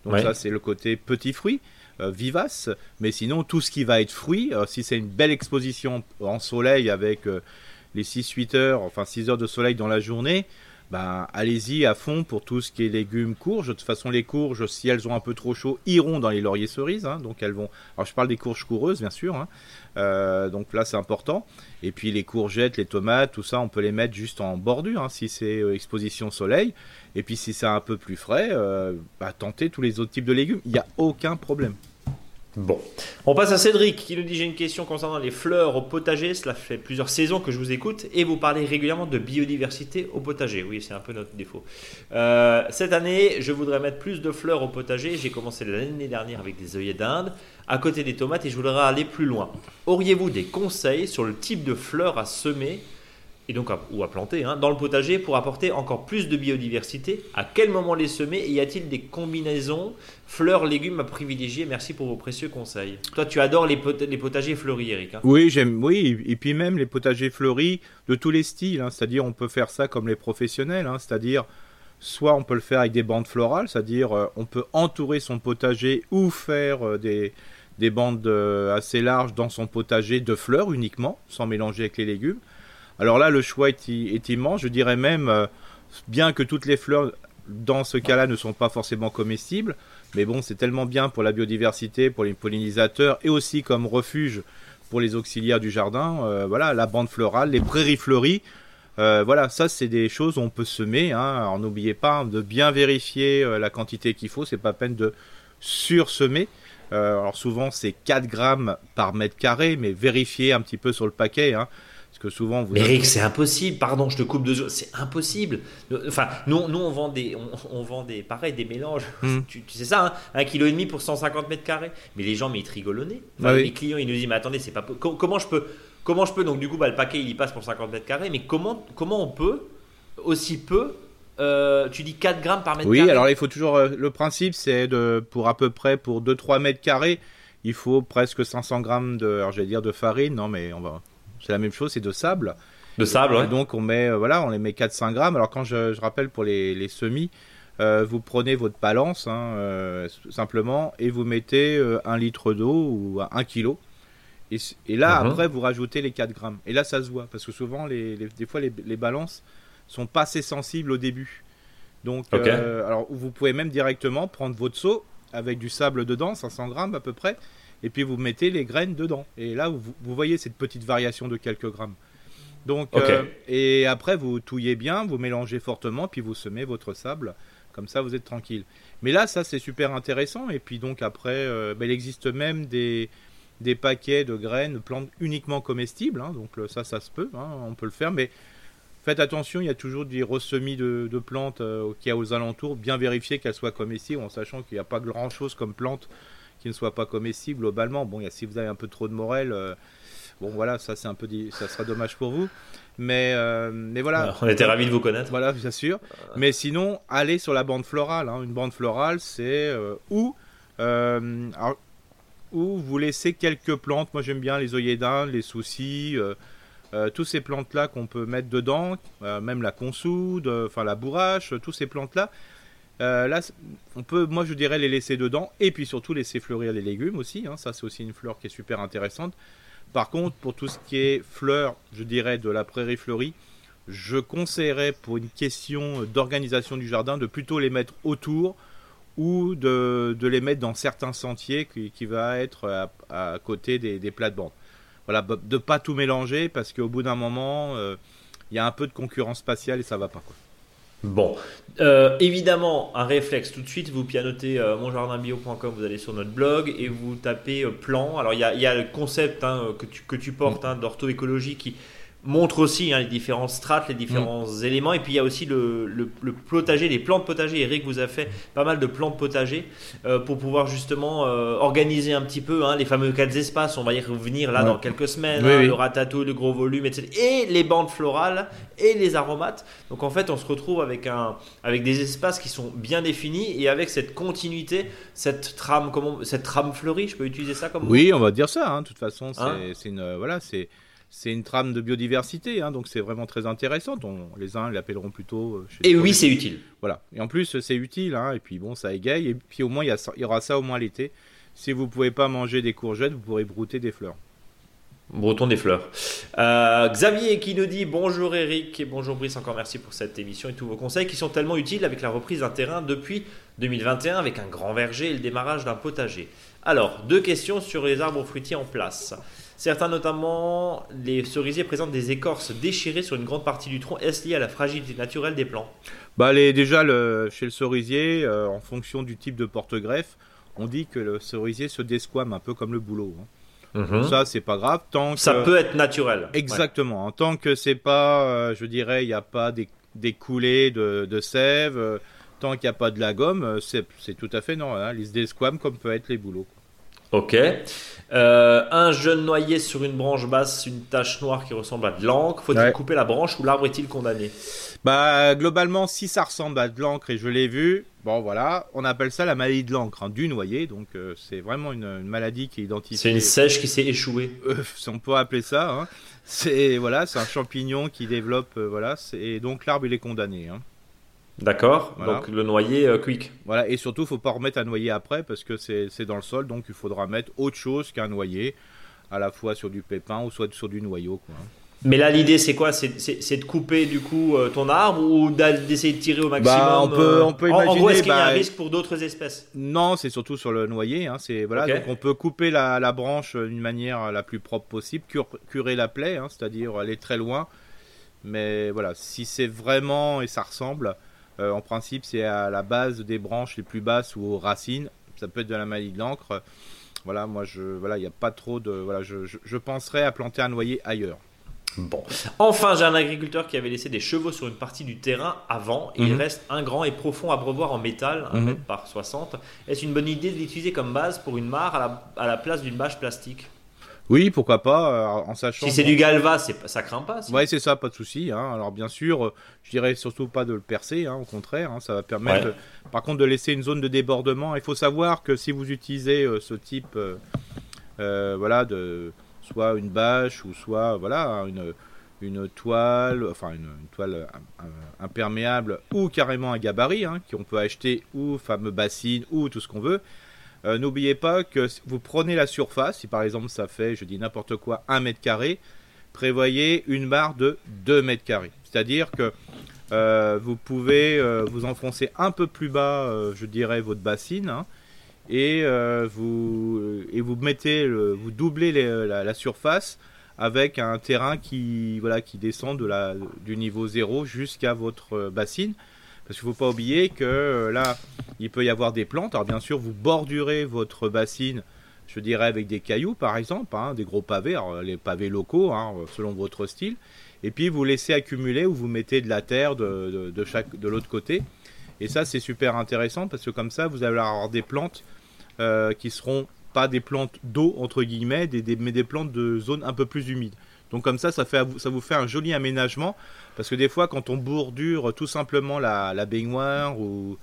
Donc ça, c'est le côté petits fruits, vivaces. Mais sinon, tout ce qui va être fruits, si c'est une belle exposition en soleil avec les 6-8 heures, enfin 6 heures de soleil dans la journée, allez-y à fond pour tout ce qui est légumes, courges. De toute façon, les courges, si elles ont un peu trop chaud, iront dans les lauriers cerises. Donc elles vont. Alors je parle des courges coureuses, bien sûr. Donc là, c'est important. Et puis les courgettes, les tomates, tout ça, on peut les mettre juste en bordure, si c'est exposition soleil. Et puis si c'est un peu plus frais, tentez tous les autres types de légumes. Il n'y a aucun problème. Bon, on passe à Cédric qui nous dit: j'ai une question concernant les fleurs au potager. Cela fait plusieurs saisons que je vous écoute et vous parlez régulièrement de biodiversité au potager. Oui, c'est un peu notre défaut. Cette année, je voudrais mettre plus de fleurs au potager. J'ai commencé l'année dernière avec des œillets d'Inde à côté des tomates et je voudrais aller plus loin. Auriez-vous des conseils sur le type de fleurs à semer et donc ou à planter dans le potager pour apporter encore plus de biodiversité? À quel moment les semer et y a-t-il des combinaisons fleurs-légumes à privilégier? Merci pour vos précieux conseils. Toi, tu adores les potagers fleuris, Eric. Oui, j'aime. Oui, et puis même les potagers fleuris de tous les styles. C'est-à-dire, on peut faire ça comme les professionnels. C'est-à-dire, soit on peut le faire avec des bandes florales, c'est-à-dire on peut entourer son potager ou faire des bandes assez larges dans son potager de fleurs uniquement, sans mélanger avec les légumes. Alors là, le choix est immense. Je dirais même, bien que toutes les fleurs, dans ce cas-là, ne sont pas forcément comestibles, mais bon, c'est tellement bien pour la biodiversité, pour les pollinisateurs, et aussi comme refuge pour les auxiliaires du jardin. La bande florale, les prairies fleuries, ça, c'est des choses où on peut semer. Alors n'oubliez pas de bien vérifier la quantité qu'il faut. C'est pas peine de sursemer. Alors souvent, c'est 4 grammes par mètre carré, mais vérifiez un petit peu sur le paquet. Que souvent vous Eric, c'est impossible, pardon, je te coupe 2 secondes, c'est impossible. Enfin, nous on vend des mélanges, tu sais ça, 1,5 kg pour 150 mètres carrés. Mais les gens, ils te rigolent au nez. Les clients, ils nous disent, mais attendez, c'est pas comment je peux, donc du coup, le paquet, il y passe pour 50 mètres carrés, mais comment on peut, aussi peu, tu dis 4 grammes par mètre carré? Oui, alors il faut toujours, le principe, c'est pour à peu près, pour 2-3 mètres carrés, il faut presque 500 grammes de farine, non mais c'est la même chose, c'est de sable. De sable, ouais. Et donc on les met 4-5 grammes. Alors quand je rappelle pour les semis, vous prenez votre balance simplement et vous mettez 1 litre d'eau ou 1 kilo. Et là, après, vous rajoutez les 4 grammes. Et là, ça se voit parce que souvent, des fois, les balances sont pas assez sensibles au début. Donc, alors vous pouvez même directement prendre votre seau avec du sable dedans, 500 grammes à peu près. Et puis vous mettez les graines dedans. Et là, vous voyez cette petite variation de quelques grammes. Donc, et après, vous touillez bien, vous mélangez fortement, puis vous semez votre sable. Comme ça, vous êtes tranquille. Mais là, ça, c'est super intéressant. Et puis donc, après, il existe même des paquets de graines, plantes uniquement comestibles. Donc ça se peut, on peut le faire. Mais faites attention, il y a toujours des ressemis de plantes qu'il y a aux alentours. Bien vérifier qu'elles soient comestibles, en sachant qu'il n'y a pas grand-chose comme plantes qui ne soit pas comestible globalement. Bon, si vous avez un peu trop de morel, ça c'est un peu ça sera dommage pour vous. Mais voilà. Alors, on était ravis de vous connaître. Voilà, bien sûr. Mais sinon, allez sur la bande florale. Une bande florale, c'est où vous laissez quelques plantes. Moi, j'aime bien les œillets d'Inde, les soucis, toutes ces plantes-là qu'on peut mettre dedans, même la consoude, la bourrache, toutes ces plantes-là. Là, moi je dirais les laisser dedans et puis surtout laisser fleurir les légumes aussi. Ça, c'est aussi une fleur qui est super intéressante. Par contre, pour tout ce qui est fleurs, je dirais de la prairie fleurie, je conseillerais pour une question d'organisation du jardin de plutôt les mettre autour ou de les mettre dans certains sentiers qui va être à côté des plates-bandes. Voilà, de pas tout mélanger parce qu'au bout d'un moment, il y a un peu de concurrence spatiale et ça va pas, quoi. Bon, évidemment, un réflexe tout de suite, vous pianotez monjardinbio.com, vous allez sur notre blog et vous tapez plan. Alors il y a le concept que tu portes d'ortho-écologie qui montre aussi les différentes strates, les différents éléments. Et puis il y a aussi le potager, les plantes potagers. Eric vous a fait pas mal de plantes potagers pour pouvoir justement organiser un petit peu les fameux 4 espaces. On va y revenir là dans quelques semaines. Le ratatouille, le gros volume, etc. Et les bandes florales et les aromates. Donc en fait, on se retrouve avec des espaces qui sont bien définis et avec cette continuité, cette trame fleurie. Je peux utiliser ça comme on va dire ça. De toute façon, c'est une trame de biodiversité, hein, donc c'est vraiment très intéressant. Les uns l'appelleront plutôt... et oui, c'est utile. Voilà. Et en plus, c'est utile, hein, et puis bon, ça égaye. Et puis au moins, il y aura ça au moins l'été. Si vous ne pouvez pas manger des courgettes, vous pourrez brouter des fleurs. Breton des fleurs. Xavier qui nous dit bonjour Eric et bonjour Brice, encore merci pour cette émission et tous vos conseils qui sont tellement utiles avec la reprise d'un terrain depuis 2021 avec un grand verger et le démarrage d'un potager. Alors, 2 questions sur les arbres fruitiers en place. Certains, notamment les cerisiers, présentent des écorces déchirées sur une grande partie du tronc. Est-ce lié à la fragilité naturelle des plants ? Déjà, chez le cerisier, en fonction du type de porte-greffe, on dit que le cerisier se desquame un peu comme le bouleau. Ça, c'est pas grave. Ça peut être naturel. Exactement. Ouais. Tant que c'est pas, je dirais, il n'y a pas des coulées de sève, tant qu'il n'y a pas de la gomme, c'est tout à fait normal. Ils se desquament comme peuvent être les bouleaux. Ok. Un jeune noyer sur une branche basse, une tache noire qui ressemble à de l'encre. Faut-il couper la branche ou l'arbre est-il condamné ? Globalement, si ça ressemble à de l'encre, et je l'ai vu, bon voilà, on appelle ça la maladie de l'encre, du noyer. Donc c'est vraiment une maladie qui est identifiée. C'est une sèche qui s'est échouée. On peut appeler ça. Hein. C'est un champignon qui développe. Et donc l'arbre il est condamné. Hein. D'accord, voilà. Donc le noyer quick. Voilà, et surtout, il ne faut pas remettre un noyer après parce que c'est dans le sol, donc il faudra mettre autre chose qu'un noyer, à la fois sur du pépin ou soit sur du noyau. Quoi. Mais là, l'idée, c'est quoi ? C'est de couper du coup ton arbre ou d'essayer de tirer au maximum on peut imaginer. En gros, est-ce qu'il y a un risque pour d'autres espèces ? Non, c'est surtout sur le noyer. Hein, okay. Donc on peut couper la branche d'une manière la plus propre possible, curer la plaie, hein, c'est-à-dire aller très loin. Mais voilà, si c'est vraiment et ça ressemble... en principe, c'est à la base des branches les plus basses ou aux racines. Ça peut être de la maladie de l'encre. Voilà, il n'y a pas trop de. Voilà, je penserais à planter un noyer ailleurs. Bon. Enfin, j'ai un agriculteur qui avait laissé des chevaux sur une partie du terrain avant. Et il reste un grand et profond abreuvoir en métal, 1 mètre par 60. Est-ce une bonne idée de l'utiliser comme base pour une mare à la place d'une bâche plastique ? Oui, pourquoi pas, en sachant... Si c'est du galva, ça craint pas. Oui, c'est ça, pas de souci. Hein. Alors bien sûr, je dirais surtout pas de le percer, hein, au contraire. Hein, ça va permettre, par contre, de laisser une zone de débordement. Il faut savoir que si vous utilisez ce type, soit une bâche ou soit une toile, une toile imperméable ou carrément un gabarit, hein, qu'on peut acheter, ou fameux bassines ou tout ce qu'on veut. N'oubliez pas que vous prenez la surface, si par exemple ça fait, je dis n'importe quoi, 1 mètre carré, prévoyez une barre de 2 mètres carrés. C'est-à-dire que vous pouvez vous enfoncer un peu plus bas, je dirais, votre bassine, hein, et vous doublez la surface avec un terrain qui descend du niveau 0 jusqu'à votre bassine. Parce qu'il ne faut pas oublier que là, il peut y avoir des plantes. Alors bien sûr, vous bordurez votre bassine, je dirais, avec des cailloux, par exemple, hein, des gros pavés, les pavés locaux, hein, selon votre style. Et puis, vous laissez accumuler ou vous mettez de la terre de l'autre côté. Et ça, c'est super intéressant parce que comme ça, vous allez avoir des plantes qui seront pas des plantes d'eau, entre guillemets, mais des plantes de zones un peu plus humides. Donc comme ça vous fait un joli aménagement, parce que des fois quand on bordure tout simplement la baignoire ou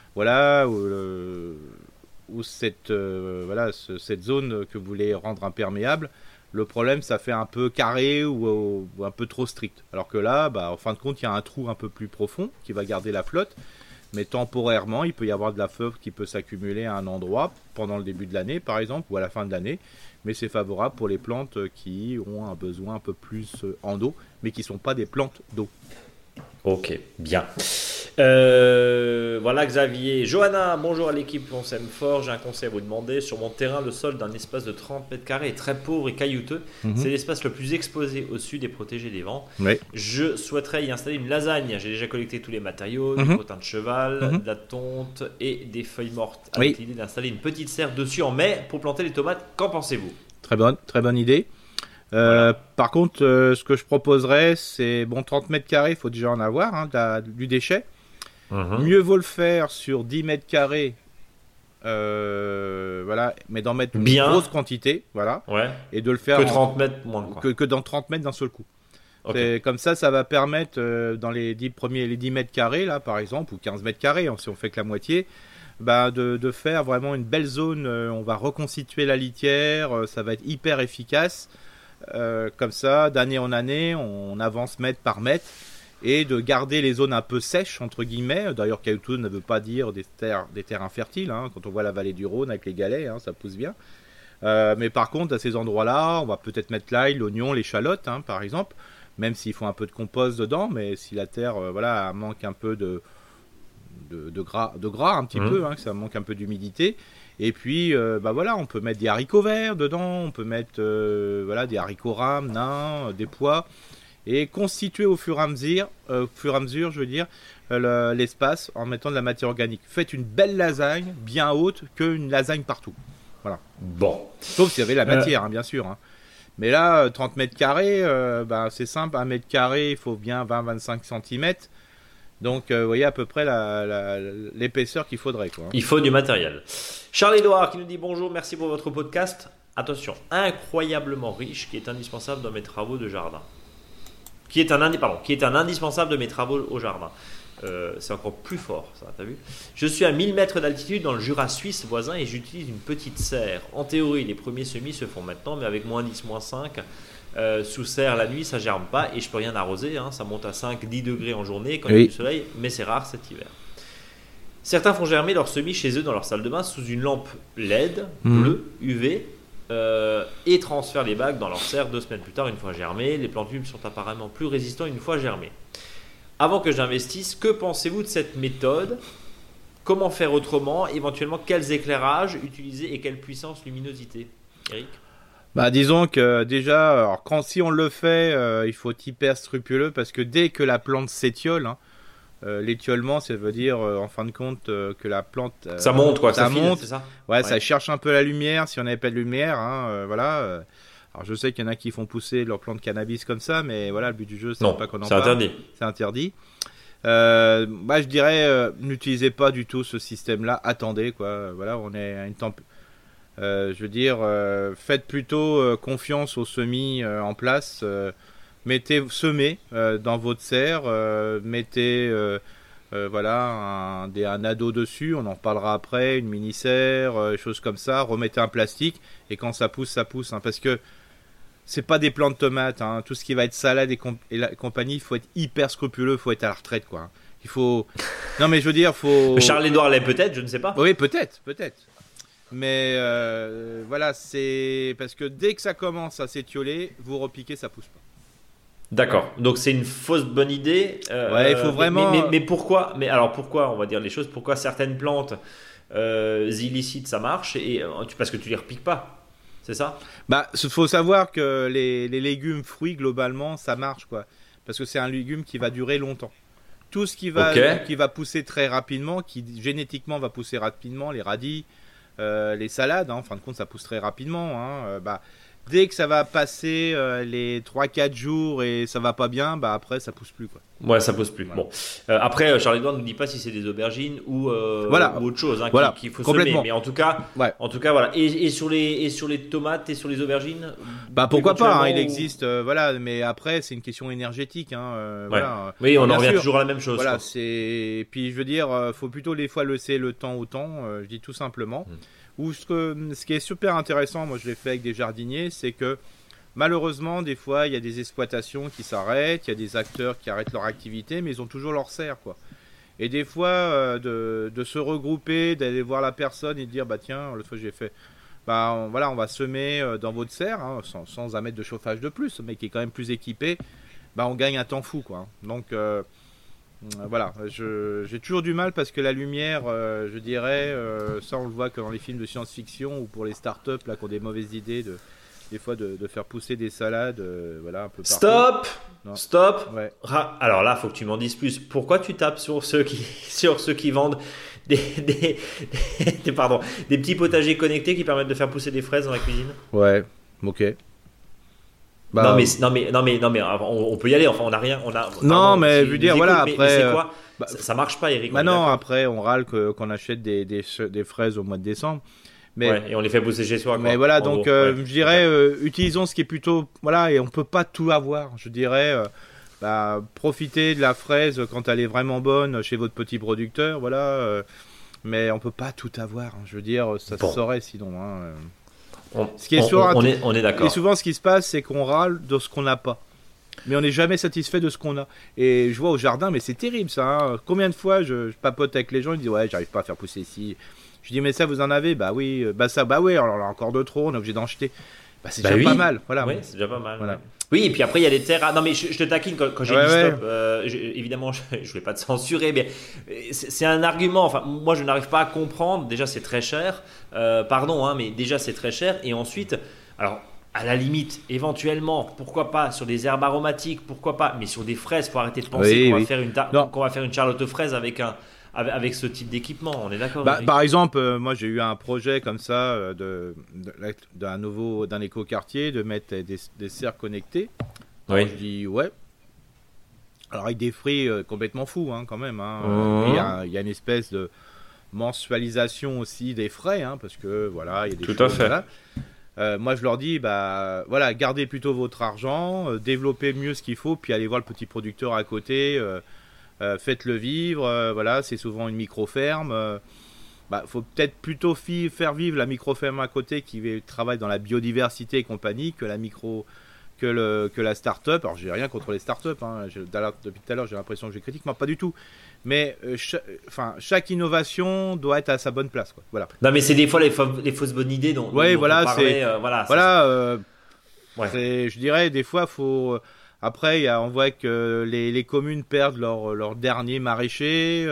cette zone que vous voulez rendre imperméable, le problème ça fait un peu carré ou un peu trop strict. Alors que là, en fin de compte, il y a un trou un peu plus profond qui va garder la flotte, mais temporairement il peut y avoir de la feuve qui peut s'accumuler à un endroit pendant le début de l'année par exemple ou à la fin de l'année. Mais c'est favorable pour les plantes qui ont un besoin un peu plus en eau, mais qui ne sont pas des plantes d'eau. Ok, bien. Voilà Xavier. Johanna, bonjour à l'équipe, on s'aime fort. J'ai un conseil à vous demander. Sur mon terrain, le sol d'un espace de 30 mètres carrés est très pauvre et caillouteux. C'est l'espace le plus exposé au sud et protégé des vents. Je souhaiterais y installer une lasagne. J'ai déjà collecté tous les matériaux, du potin de cheval, de la tonte et des feuilles mortes. Avec l'idée d'installer une petite serre dessus en mai pour planter les tomates. Qu'en pensez-vous ? Très bonne idée. Par contre, ce que je proposerais, c'est 30 mètres carrés, il faut déjà en avoir, hein, du déchet. Mieux vaut le faire sur 10 mètres carrés, mais d'en mettre une grosse quantité, et de le faire que 30 mètres moins, quoi. Que dans 30 mètres d'un seul coup. Okay. Comme ça va permettre dans les 10 mètres carrés, là, par exemple, ou 15 mètres carrés, si on fait que la moitié, de faire vraiment une belle zone. On va reconstituer la litière, ça va être hyper efficace. comme ça, d'année en année, on avance mètre par mètre, et de garder les zones un peu sèches, entre guillemets. D'ailleurs, caillouteux ne veut pas dire des terres infertiles, hein. Quand on voit la vallée du Rhône avec les galets, hein, ça pousse bien. Mais par contre, à ces endroits-là, on va peut-être mettre l'ail, l'oignon, l'échalote, hein, par exemple, même s'il faut un peu de compost dedans, mais si la terre manque un peu de gras un petit peu, hein, que ça manque un peu d'humidité. Et puis, on peut mettre des haricots verts dedans, on peut mettre des haricots rames, nains, des pois, et constituer au fur et à mesure, je veux dire, l'espace en mettant de la matière organique. Faites une belle lasagne, bien haute, qu'une lasagne partout. Voilà. Bon. Sauf s'il y avait la matière, hein, bien sûr. Hein. Mais là, 30 mètres carrés, c'est simple, 1 mètre carré, il faut bien 20-25 cm. Donc, vous voyez à peu près l'épaisseur qu'il faudrait, quoi. Il faut du matériel. Charles-Édouard qui nous dit bonjour, merci pour votre podcast. Attention, incroyablement riche, qui est indispensable dans mes travaux de jardin. Qui est un indispensable de mes travaux au jardin. C'est encore plus fort, ça, t'as vu ? Je suis à 1000 mètres d'altitude dans le Jura suisse voisin et j'utilise une petite serre. En théorie, les premiers semis se font maintenant, mais avec moins 10, moins 5, sous serre la nuit, ça germe pas et je peux rien arroser. Hein, ça monte à 5-10 degrés en journée quand il y a du soleil, mais c'est rare cet hiver. Certains font germer leurs semis chez eux dans leur salle de bain sous une lampe LED, bleue, UV, et transfèrent les bagues dans leur serre 2 semaines plus tard, une fois germées. Les plantules sont apparemment plus résistants une fois germées. Avant que j'investisse, que pensez-vous de cette méthode ? Comment faire autrement ? Éventuellement, quels éclairages utiliser et quelle puissance, luminosité ? Eric ? Disons que déjà, si on le fait, il faut être hyper scrupuleux parce que dès que la plante s'étiole, hein, l'étiolement, ça veut dire en fin de compte que la plante ça monte, quoi, ça monte, c'est ça ? Ouais, ça cherche un peu la lumière. Si on n'avait pas de lumière, hein, alors je sais qu'il y en a qui font pousser leur plante de cannabis comme ça, mais voilà, le but du jeu, c'est pas qu'on en parle. Interdit. C'est interdit. Je dirais, n'utilisez pas du tout ce système-là. Attendez, quoi. Voilà, on est à une faites plutôt confiance aux semis en place. Semez dans votre serre. Mettez un ado dessus. On en reparlera après. Une mini-serre, choses comme ça. Remettez un plastique et quand ça pousse, hein, parce que c'est pas des plants de tomates, hein. Tout ce qui va être salade et compagnie, il faut être hyper scrupuleux, il faut être à la retraite, quoi. Il faut. Non, mais je veux dire, faut. Charles-Édouard l'est peut-être, je ne sais pas. Oui, peut-être. Mais c'est parce que dès que ça commence à s'étioler, vous repiquez, ça pousse pas. D'accord. Donc c'est une fausse bonne idée. Il faut vraiment. Mais pourquoi ? Mais alors pourquoi ? On va dire les choses. Pourquoi certaines plantes illicites ça marche et parce que tu les repiques pas. C'est ça ? Faut savoir que les légumes, fruits, globalement, ça marche, quoi. Parce que c'est un légume qui va durer longtemps. Tout ce qui va pousser très rapidement, qui génétiquement va pousser rapidement, les radis, les salades, hein, en fin de compte, ça pousse très rapidement. Hein, dès que ça va passer les 3-4 jours et ça va pas bien, après, ça pousse plus, quoi. Ouais, ça pousse plus. Voilà. Bon. Après, Charles-Édouard ne nous dit pas si c'est des aubergines ou autre chose qu'il faut semer. Mais en tout cas, voilà. Et sur les tomates et sur les aubergines, pourquoi pas, hein, il existe, mais après, c'est une question énergétique. Hein, oui, on en revient toujours à la même chose. Voilà, et puis je veux dire, faut plutôt des fois laisser le temps au temps, je dis tout simplement. Ou ce qui est super intéressant, moi je l'ai fait avec des jardiniers, c'est que malheureusement, des fois, il y a des exploitations qui s'arrêtent, il y a des acteurs qui arrêtent leur activité, mais ils ont toujours leur serre, quoi. Et des fois, de se regrouper, d'aller voir la personne et de dire, tiens, l'autre fois j'ai fait, on va semer dans votre serre, hein, sans mettre de chauffage de plus, mais qui est quand même plus équipé, on gagne un temps fou, quoi. Donc, j'ai toujours du mal parce que la lumière, je dirais, ça on le voit que dans les films de science-fiction ou pour les startups là qui ont des mauvaises idées des fois de faire pousser des salades, un peu partout. Stop. Ouais. Alors là, faut que tu m'en dises plus. Pourquoi tu tapes sur ceux qui vendent des petits potagers connectés qui permettent de faire pousser des fraises dans la cuisine ? Ouais, ok. Non mais on peut y aller, enfin on n'a rien, mais je veux dire après mais c'est quoi ça marche pas, Eric. Après on râle qu'on achète des fraises au mois de décembre, mais et on les fait pousser chez soi, quoi. Mais voilà, donc je dirais utilisons ce qui est plutôt et on peut pas tout avoir, je dirais profitez de la fraise quand elle est vraiment bonne chez votre petit producteur, mais on peut pas tout avoir, je veux dire, ça se saurait sinon, hein. On est d'accord. Et souvent, ce qui se passe, c'est qu'on râle de ce qu'on n'a pas. Mais on n'est jamais satisfait de ce qu'on a. Et je vois au jardin, mais c'est terrible ça. Hein. Combien de fois je papote avec les gens, ils disent ouais, j'arrive pas à faire pousser ici. Je dis mais ça vous en avez? Bah oui, bah oui, alors on a encore de trop, on est obligé d'en jeter. Bah c'est déjà pas mal. Voilà. Oui, c'est déjà pas mal. Voilà. Ouais. Oui, et puis après il y a les terres. Ah, non mais je te taquine quand j'ai dit stop. Évidemment, je voulais pas te censurer, mais c'est un argument. Enfin, moi je n'arrive pas à comprendre. Déjà c'est très cher. Pardon, mais déjà c'est très cher. Et ensuite, alors. À la limite, éventuellement, pourquoi pas sur des herbes aromatiques, pourquoi pas, mais sur des fraises, faut arrêter de penser qu'on va faire une Charlotte fraise avec ce type d'équipement. On est d'accord? Par exemple, moi j'ai eu un projet comme ça d'un écoquartier de mettre des serres connectées. Alors, je dis ouais. Alors avec des fruits complètement fous quand même. Il y a une espèce de mensualisation aussi des frais, parce que voilà, il y a des choses. Tout à fait. Voilà. Moi je leur dis voilà, gardez plutôt votre argent, développez mieux ce qu'il faut, puis allez voir le petit producteur à côté, faites-le vivre, voilà, c'est souvent une micro-ferme. Faut peut-être plutôt faire vivre la micro-ferme à côté qui travaille dans la biodiversité et compagnie que la start-up. Alors j'ai rien contre les start-up, depuis tout à l'heure j'ai l'impression que je critique, moi pas du tout. Mais chaque innovation doit être à sa bonne place, quoi. Voilà. Non, mais c'est des fois les fausses bonnes idées dont on parlait. Je dirais des fois faut. Après, on voit que les communes perdent leur dernier maraîcher.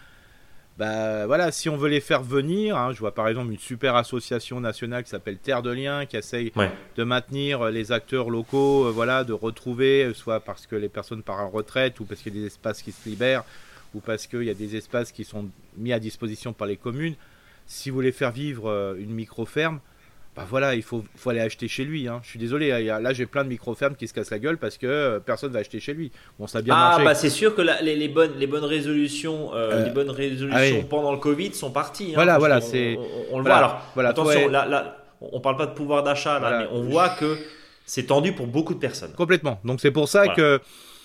Voilà, si on veut les faire venir, je vois par exemple une super association nationale qui s'appelle Terre de Liens, qui essaye de maintenir les acteurs locaux, de retrouver, soit parce que les personnes partent en retraite ou parce qu'il y a des espaces qui se libèrent, ou parce qu'il y a des espaces qui sont mis à disposition par les communes. Si vous voulez faire vivre une micro-ferme, il faut aller acheter chez lui. Je suis désolé, là j'ai plein de micro-fermes qui se cassent la gueule parce que personne va acheter chez lui. Bon, ça a bien marché. C'est sûr que les bonnes résolutions, pendant le Covid sont parties. On le voit. Alors, attention, là, on parle pas de pouvoir d'achat, mais on voit que c'est tendu pour beaucoup de personnes. Complètement. Donc c'est pour ça que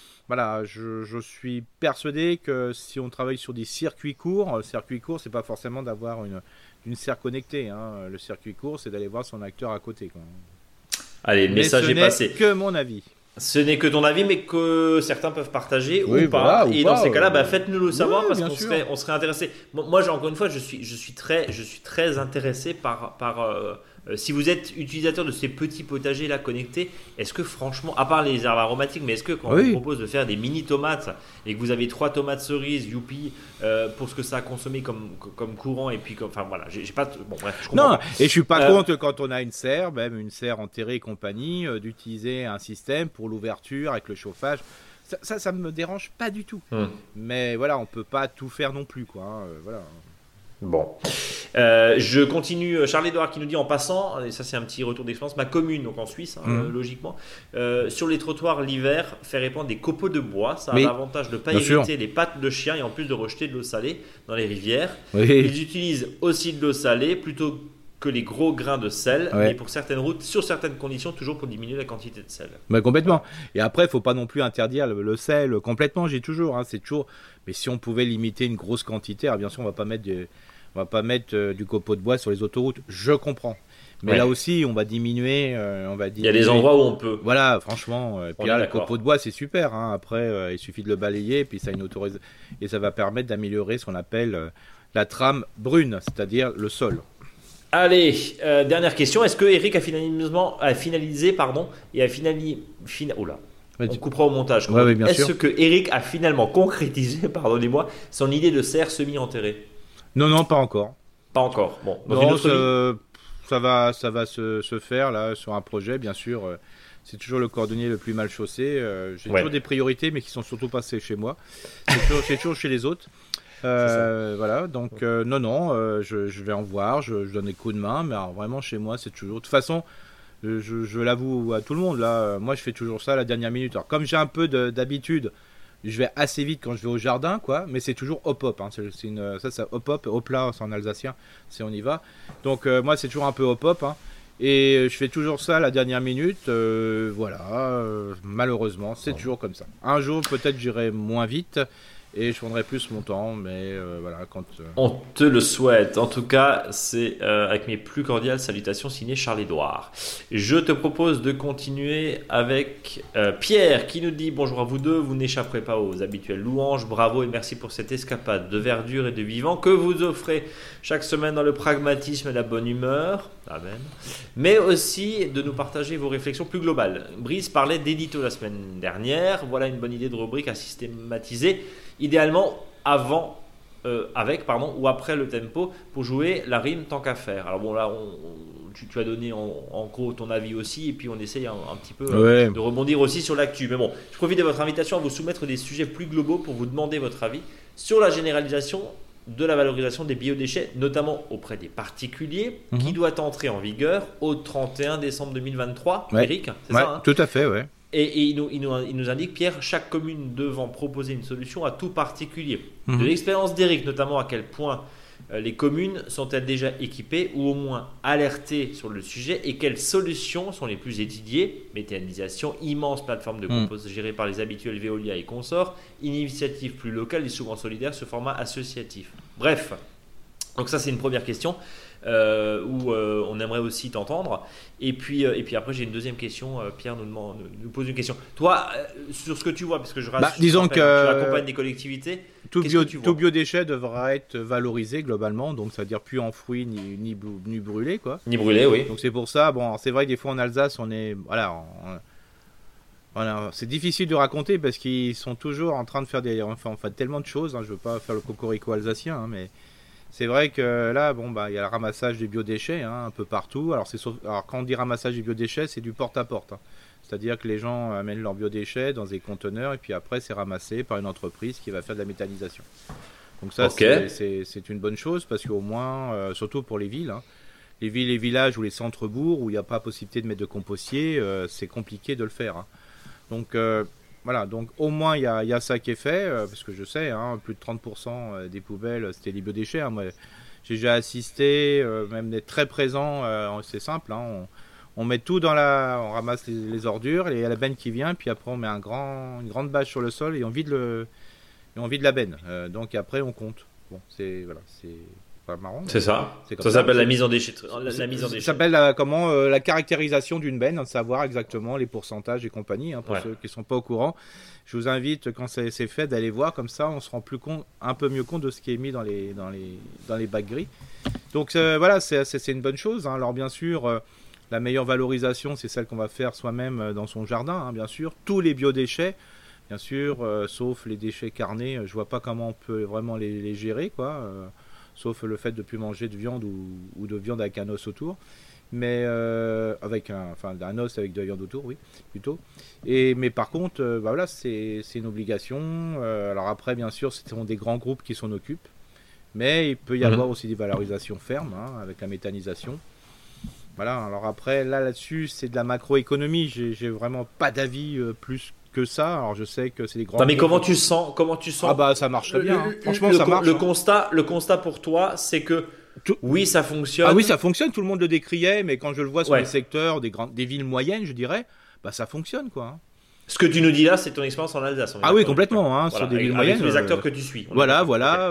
je suis persuadé que si on travaille sur des circuits courts, c'est pas forcément d'avoir une serre connectée. Le circuit court, c'est d'aller voir son acteur à côté, quoi. Allez, le message est passé. Ce n'est que mon avis. Ce n'est que ton avis, mais que certains peuvent partager ou pas. Et dans ces cas-là, faites-nous le savoir parce qu'on serait intéressé. Moi, encore une fois, je suis très intéressé par si vous êtes utilisateur de ces petits potagers là connectés, est-ce que franchement, à part les herbes aromatiques, mais est-ce que quand on vous propose de faire des mini tomates et que vous avez 3 tomates cerises, youpi, pour ce que ça a consommé comme courant, et puis j'ai pas. Bon, bref, je comprends. Non, et je suis pas contre quand on a une serre, même une serre enterrée et compagnie, d'utiliser un système pour l'ouverture avec le chauffage. Ça me dérange pas du tout. Mais voilà, on peut pas tout faire non plus, quoi. Voilà. Bon, je continue. Charles-Édouard qui nous dit en passant, et ça c'est un petit retour d'expérience, ma commune, donc en Suisse, logiquement, sur les trottoirs l'hiver, fait répandre des copeaux de bois. Ça a l'avantage de ne pas irriter les pattes de chien et en plus de rejeter de l'eau salée dans les rivières. Ils utilisent aussi de l'eau salée plutôt que les gros grains de sel, mais pour certaines routes, sur certaines conditions, toujours pour diminuer la quantité de sel. Complètement. Et après, il ne faut pas non plus interdire le sel complètement, c'est toujours. Mais si on pouvait limiter une grosse quantité, alors bien sûr, on ne va pas mettre du copeau de bois sur les autoroutes. Je comprends. Mais là aussi, on va diminuer. Il y a des endroits où on peut. Voilà, franchement. Et puis là, le copeau de bois, c'est super. Après, il suffit de le balayer, puis ça et ça va permettre d'améliorer ce qu'on appelle la trame brune, c'est-à-dire le sol. Allez, dernière question. Est-ce que Eric a finalisé et a on coupera au montage. Est-ce que Eric a finalement concrétisé, pardonnez-moi, son idée de serre semi-enterrée? Non, pas encore. Pas encore. Bon, ça va se faire là sur un projet, bien sûr. C'est toujours le cordonnier le plus mal chaussé. J'ai toujours des priorités, mais qui sont surtout passées chez moi. C'est toujours chez les autres. Voilà, donc je vais en voir, je donne des coups de main, mais alors, vraiment chez moi c'est toujours. De toute façon, je l'avoue à tout le monde, là, moi je fais toujours ça à la dernière minute. Alors comme j'ai un peu d'habitude, je vais assez vite quand je vais au jardin, quoi, mais c'est toujours hop-hop. Ça hop-hop, hop-là, c'est en alsacien, c'est on y va. Donc moi c'est toujours un peu hop-hop, et je fais toujours ça à la dernière minute. Malheureusement, c'est toujours comme ça. Un jour peut-être j'irai moins vite. Et je prendrai plus mon temps, mais voilà, quand... On te le souhaite. En tout cas, c'est avec mes plus cordiales salutations signé Charles-Édouard. Je te propose de continuer avec Pierre qui nous dit « Bonjour à vous deux, vous n'échapperez pas aux habituelles louanges. Bravo et merci pour cette escapade de verdure et de vivant que vous offrez chaque semaine dans le pragmatisme et la bonne humeur. Amen. Mais aussi de nous partager vos réflexions plus globales. Brice parlait d'édito la semaine dernière. Voilà une bonne idée de rubrique à systématiser. Idéalement avec ou après le tempo pour jouer la rime tant qu'à faire. Alors bon là tu as donné en gros ton avis aussi et puis on essaye un petit peu de rebondir aussi sur l'actu. Mais bon, je profite de votre invitation à vous soumettre des sujets plus globaux pour vous demander votre avis sur la généralisation de la valorisation des biodéchets, notamment auprès des particuliers, qui doit entrer en vigueur au 31 décembre 2023. Eric, c'est ça hein tout à fait, ouais. Et il nous indique, Pierre, chaque commune devant proposer une solution à tout particulier. De l'expérience d'Éric, notamment à quel point les communes sont-elles déjà équipées ou au moins alertées sur le sujet et quelles solutions sont les plus étudiées? Méthanisation, immense plateforme de compost gérée par les habituels Veolia et consorts, initiative plus locale et souvent solidaire, ce format associatif. Bref, donc ça c'est une première question. Où on aimerait aussi t'entendre. Et puis après, j'ai une deuxième question. Pierre nous pose une question. Toi, sur ce que tu vois, parce que je rassure, disons que tu accompagnes des collectivités. Tout biodéchet devra être valorisé globalement, donc c'est-à-dire plus enfoui ni brûlé, quoi. Ni brûlé, oui. Donc c'est pour ça. Bon, c'est vrai que des fois en Alsace, on est voilà, c'est difficile de raconter parce qu'ils sont toujours en train de faire tellement de choses. Hein, je veux pas faire le cocorico alsacien, hein, mais c'est vrai que là, il y a le ramassage des biodéchets un peu partout. Alors quand on dit ramassage des biodéchets, c'est du porte-à-porte. C'est-à-dire que les gens amènent leurs biodéchets dans des conteneurs et puis après, c'est ramassé par une entreprise qui va faire de la méthanisation. Donc ça, c'est une bonne chose parce qu'au moins, surtout pour les villes, les villes et villages ou les centres-bourgs où il n'y a pas possibilité de mettre de compostier, c'est compliqué de le faire. Donc voilà, donc au moins il y a ça qui est fait, parce que je sais, plus de 30% des poubelles c'était des biodéchets. Moi, j'ai déjà assisté, même d'être très présent, c'est simple, on met tout on ramasse les ordures, et il y a la benne qui vient, puis après on met une grande bâche sur le sol et on vide la benne. Donc après on compte. Bon, c'est pas marrant. C'est ça. Ça s'appelle la mise en déchet. Ça s'appelle la caractérisation d'une benne, savoir exactement les pourcentages et compagnie. Pour ceux qui ne sont pas au courant, je vous invite quand c'est fait d'aller voir, comme ça on se rend un peu mieux compte de ce qui est mis dans les bacs gris. Donc voilà, c'est une bonne chose. Alors bien sûr, la meilleure valorisation, c'est celle qu'on va faire soi-même dans son jardin. Bien sûr, tous les biodéchets. Bien sûr, sauf les déchets carnés, je vois pas comment on peut vraiment les gérer, quoi. Sauf le fait de ne plus manger de viande ou de viande avec un os autour, mais avec un os avec de la viande autour, oui, plutôt. Mais par contre, voilà, c'est une obligation. Alors après, bien sûr, ce sont des grands groupes qui s'en occupent, mais il peut y avoir aussi des valorisations fermes avec la méthanisation. Voilà. Alors après, là-dessus, c'est de la macroéconomie. J'ai vraiment pas d'avis plus que ça. Alors je sais que c'est des grands. Non, mais comment tu sens ça marche très bien. Franchement, ça marche. Le constat pour toi, c'est que oui, ça fonctionne. Ah oui, ça fonctionne. Tout le monde le décriait, mais quand je le vois sur les secteurs des villes moyennes, je dirais, ça fonctionne, quoi. Ce que tu nous dis là, c'est ton expérience en Alsace. Ah oui, complètement. Sur des villes moyennes. Tous les acteurs que tu suis. Voilà.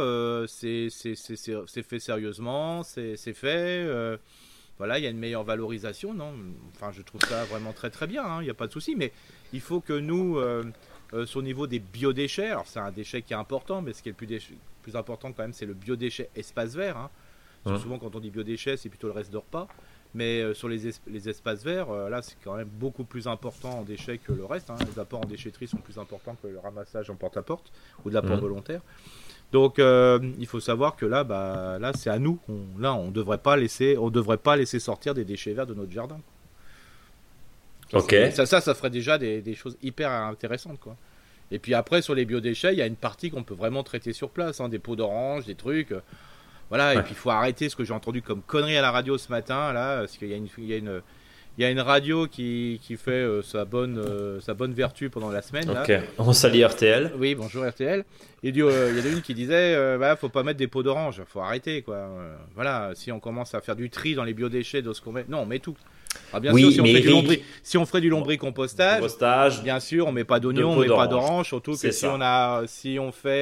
C'est fait sérieusement, c'est fait. Voilà, il y a une meilleure valorisation, non ? Enfin, je trouve ça vraiment très très bien, il n'y a pas de souci, mais il faut que nous, sur le niveau des biodéchets, alors c'est un déchet qui est important, mais ce qui est le plus important quand même, c'est le biodéchet espace vert. Souvent, quand on dit biodéchets, c'est plutôt le reste de repas, mais sur les espaces verts, là, c'est quand même beaucoup plus important en déchets que le reste. Les apports en déchetterie sont plus importants que le ramassage en porte-à-porte ou de l'apport volontaire. Donc il faut savoir que là c'est à nous. On devrait pas laisser sortir des déchets verts de notre jardin. Ok. Ça ferait déjà des choses hyper intéressantes, quoi. Et puis après sur les biodéchets, il y a une partie qu'on peut vraiment traiter sur place, des peaux d'orange, des trucs. Voilà. Ouais. Et puis il faut arrêter ce que j'ai entendu comme connerie à la radio ce matin là, parce qu'il y a une radio qui fait sa bonne vertu pendant la semaine. Ok. Là. On salue RTL. Oui, bonjour RTL. Il y en a une qui disait faut pas mettre des peaux d'orange, faut arrêter, quoi. Voilà, si on commence à faire du tri dans les biodéchets de ce qu'on met, non, on met tout. Ah, bien sûr, si on ferait du lombricompostage, bien sûr, on met pas d'oignon, on met pas d'orange, surtout que si on fait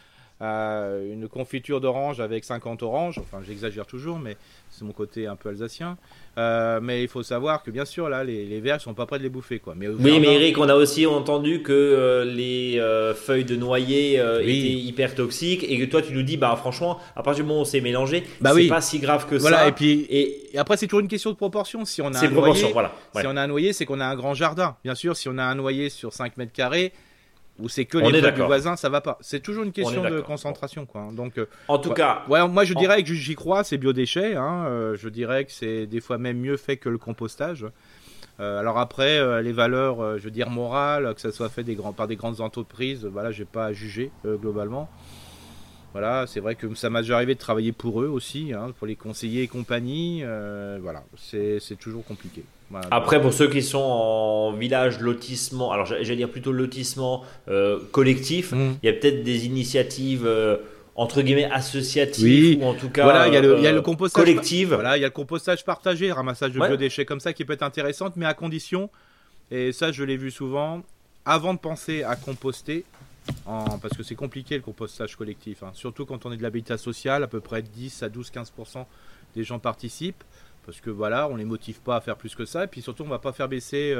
une confiture d'orange avec 50 oranges, enfin j'exagère toujours, mais c'est mon côté un peu alsacien. Mais il faut savoir que bien sûr là les vers sont pas prêts de les bouffer quoi. Mais mais Eric, on a aussi entendu que les feuilles de noyer étaient hyper toxiques et que toi tu nous dis franchement à partir du moment où c'est mélangé, c'est pas si grave que ça. Et après c'est toujours une question de proportion. Si on a un noyer, c'est qu'on a un grand jardin. Bien sûr, si on a un noyer sur 5 mètres carrés où c'est que les feuilles du voisin, ça va pas. C'est toujours une question de concentration, quoi. Donc, en tout cas, moi je dirais que j'y crois, c'est biodéchets. Je dirais que c'est des fois même mieux fait que le compostage. Alors après, les valeurs, je veux dire morales, que ça soit fait par des grandes entreprises, voilà, j'ai pas à juger globalement. Voilà, c'est vrai que ça m'a déjà arrivé de travailler pour eux aussi, pour les conseillers et compagnie. Voilà, c'est toujours compliqué. Voilà. Après, pour ceux qui sont en village lotissement, alors j'allais dire plutôt lotissement collectif, il y a peut-être des initiatives entre guillemets associatives ou en tout cas il y a le compostage collectif. Voilà, il y a le compostage partagé, ramassage de biodéchets comme ça qui peut être intéressante, mais à condition, et ça je l'ai vu souvent, avant de penser à composter. Parce que c'est compliqué le compostage collectif, surtout quand on est de l'habitat social, à peu près 10 à 12-15% des gens participent, parce que voilà, on les motive pas à faire plus que ça, et puis surtout on va pas faire baisser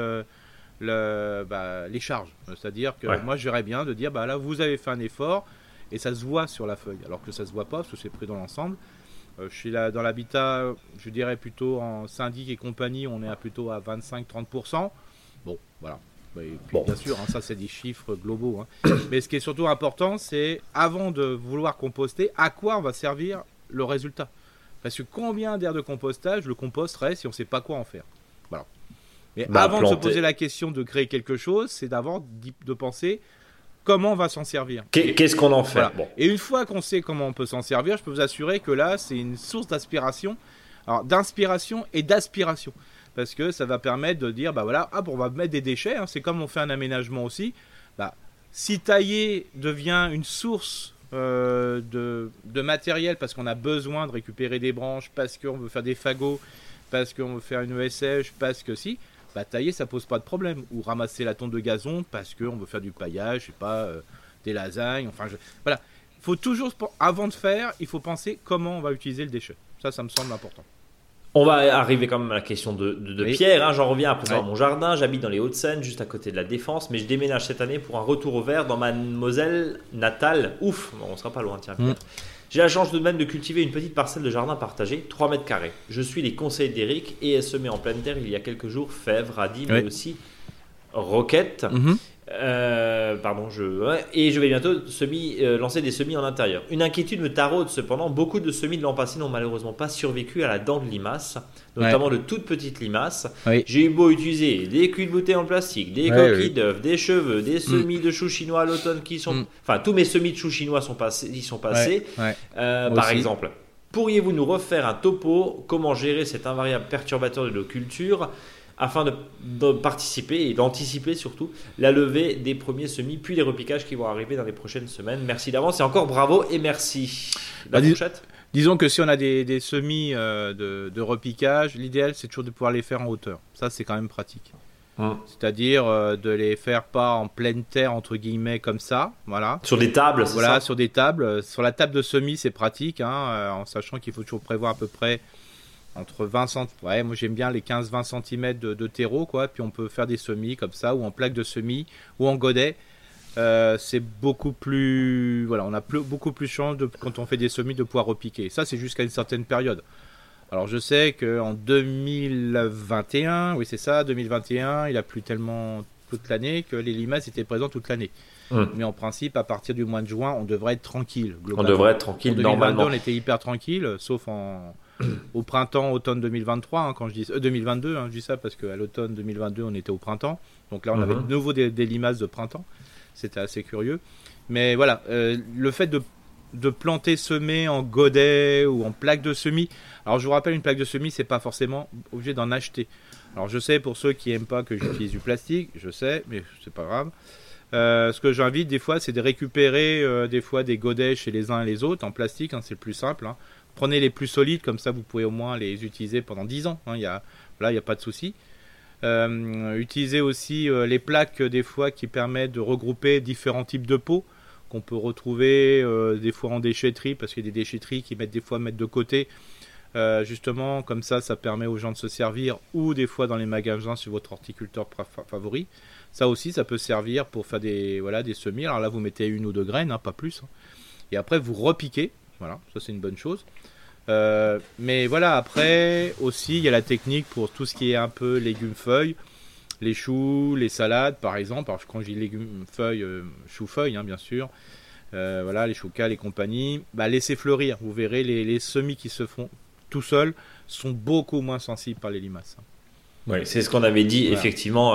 les charges, c'est-à-dire que moi je verrais bien de dire là vous avez fait un effort, et ça se voit sur la feuille, alors que ça se voit pas, parce que c'est pris dans l'ensemble. Je suis là dans l'habitat, je dirais plutôt en syndic et compagnie, on est plutôt à 25-30%, bon voilà. Bien sûr, ça c'est des chiffres globaux. Mais ce qui est surtout important, c'est avant de vouloir composter, à quoi on va servir le résultat. Parce que combien d'aires de compostage le compost reste si on ne sait pas quoi en faire. Voilà. Mais avant de se poser la question de créer quelque chose, c'est d'abord de penser comment on va s'en servir. Qu'est-ce qu'on en fait. Et une fois qu'on sait comment on peut s'en servir, je peux vous assurer que là, c'est une source d'inspiration et d'aspiration. Parce que ça va permettre de dire, on va mettre des déchets, c'est comme on fait un aménagement aussi. Si tailler devient une source de matériel, parce qu'on a besoin de récupérer des branches, parce qu'on veut faire des fagots, parce qu'on veut faire une sèche, parce que tailler ça pose pas de problème. Ou ramasser la tonte de gazon, parce qu'on veut faire du paillage, je sais pas, des lasagnes, voilà. Faut toujours, avant de faire, il faut penser comment on va utiliser le déchet. Ça me semble important. On va arriver quand même à la question de Pierre. J'en reviens à présent à mon jardin. J'habite dans les Hauts-de-Seine, juste à côté de la Défense, mais je déménage cette année pour un retour au vert dans ma Moselle natale. Ouf, on sera pas loin, tiens. Pierre. J'ai la chance de même de cultiver une petite parcelle de jardin partagé, 3 mètres carrés. Je suis les conseils d'Eric et ai semé en pleine terre il y a quelques jours fèves, radis, mais aussi roquettes. Et je vais bientôt lancer des semis en intérieur. Une inquiétude me taraude cependant. Beaucoup de semis de l'an passé n'ont malheureusement pas survécu à la dent de limace, notamment de toutes petites limaces. J'ai eu beau utiliser des culs de bouteilles en plastique, des coquilles d'œufs, des cheveux, des semis de choux chinois à l'automne qui sont... Enfin, tous mes semis de choux chinois sont passés. Par exemple, pourriez-vous nous refaire un topo? Comment gérer cet invariable perturbateur de nos cultures afin de participer et d'anticiper surtout la levée des premiers semis, puis les repiquages qui vont arriver dans les prochaines semaines. Merci d'avance et encore bravo et merci. Disons que si on a des semis de repiquage, l'idéal c'est toujours de pouvoir les faire en hauteur. Ça c'est quand même pratique. C'est-à-dire de les faire pas en pleine terre entre guillemets comme ça, voilà. Sur des tables, c'est ça ? Sur des tables. Sur la table de semis c'est pratique, en sachant qu'il faut toujours prévoir à peu près entre 20 cm, moi j'aime bien les 15-20 cm de terreau, quoi. Puis on peut faire des semis comme ça, ou en plaque de semis, ou en godet. C'est beaucoup plus... Voilà, on a beaucoup plus chance quand on fait des semis de pouvoir repiquer. Ça, c'est jusqu'à une certaine période. Alors je sais qu'en 2021, 2021, il a plu tellement toute l'année que les limaces étaient présentes toute l'année. Mais en principe, à partir du mois de juin, on devrait être tranquille. On devrait être tranquille, normalement. On était hyper tranquille, sauf au printemps, automne 2023, quand je dis 2022, je dis ça parce qu'à l'automne 2022, on était au printemps. Donc là, on avait de nouveau des limaces de printemps. C'était assez curieux. Mais voilà, le fait de planter, semer en godet ou en plaque de semis. Alors, je vous rappelle, une plaque de semis, c'est pas forcément obligé d'en acheter. Alors, je sais, pour ceux qui aiment pas que j'utilise du plastique, je sais, mais c'est pas grave. Ce que j'invite des fois, c'est de récupérer des fois des godets chez les uns et les autres en plastique, c'est le plus simple. Prenez les plus solides, comme ça vous pouvez au moins les utiliser pendant 10 ans. Là, il n'y a pas de souci. Utiliser aussi les plaques des fois qui permettent de regrouper différents types de pots qu'on peut retrouver des fois en déchetterie, parce qu'il y a des déchetteries qui mettent de côté. Justement, comme ça permet aux gens de se servir, ou des fois dans les magasins sur votre horticulteur favori. Ça aussi, ça peut servir pour faire des semis. Alors là, vous mettez 1 ou 2 graines, pas plus. Et après, vous repiquez. Voilà, ça c'est une bonne chose. Mais voilà, après aussi, il y a la technique pour tout ce qui est un peu légumes-feuilles, les choux, les salades, par exemple. Alors, quand je dis légumes-feuilles, choux-feuilles, bien sûr. Les choucals et compagnie. Laissez fleurir. Vous verrez, les semis qui se font tout seuls sont beaucoup moins sensibles par les limaces. Oui, c'est ce qu'on avait dit effectivement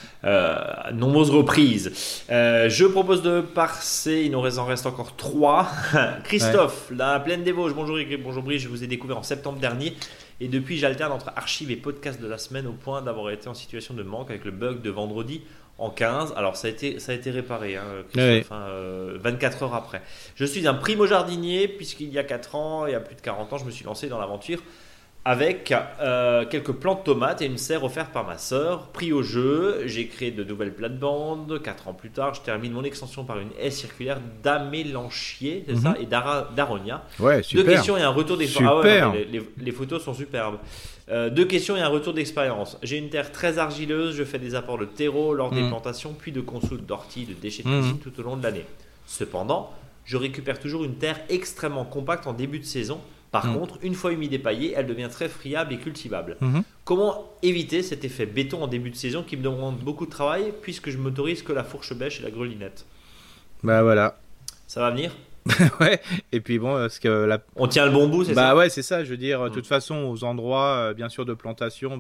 à nombreuses reprises. Je propose de passer, il nous en reste encore 3. Christophe, la Plaine des Vosges, bonjour Eric, bonjour Brice, je vous ai découvert en septembre dernier et depuis j'alterne entre archives et podcasts de la semaine au point d'avoir été en situation de manque avec le bug de vendredi en 15. Alors ça a été réparé, Christophe, 24 heures après. Je suis un primo jardinier puisqu'il y a 4 ans et à plus de 40 ans je me suis lancé dans l'aventure avec quelques plants de tomates et une serre offerte par ma sœur. Pris au jeu, j'ai créé de nouvelles plates-bandes. 4 ans plus tard, je termine mon extension par une haie circulaire d'amélanchier, c'est ça, et d'aronia. Ouais, super. 2 questions et un retour d'expérience. Super. Les photos sont superbes. 2 questions et un retour d'expérience. J'ai une terre très argileuse, je fais des apports de terreau lors des plantations, puis de consoude d'ortie, de déchets de cuisine tout au long de l'année. Cependant, je récupère toujours une terre extrêmement compacte en début de saison. Par contre, une fois humide et paillée, elle devient très friable et cultivable. Comment éviter cet effet béton en début de saison qui me demande beaucoup de travail puisque je m'autorise que la fourche bêche et la grelinette? Voilà. Ça va venir? Ouais. Et puis bon, on tient le bon bout, c'est ça? Bah ouais, c'est ça. Je veux dire, de toute façon, aux endroits, bien sûr, de plantation,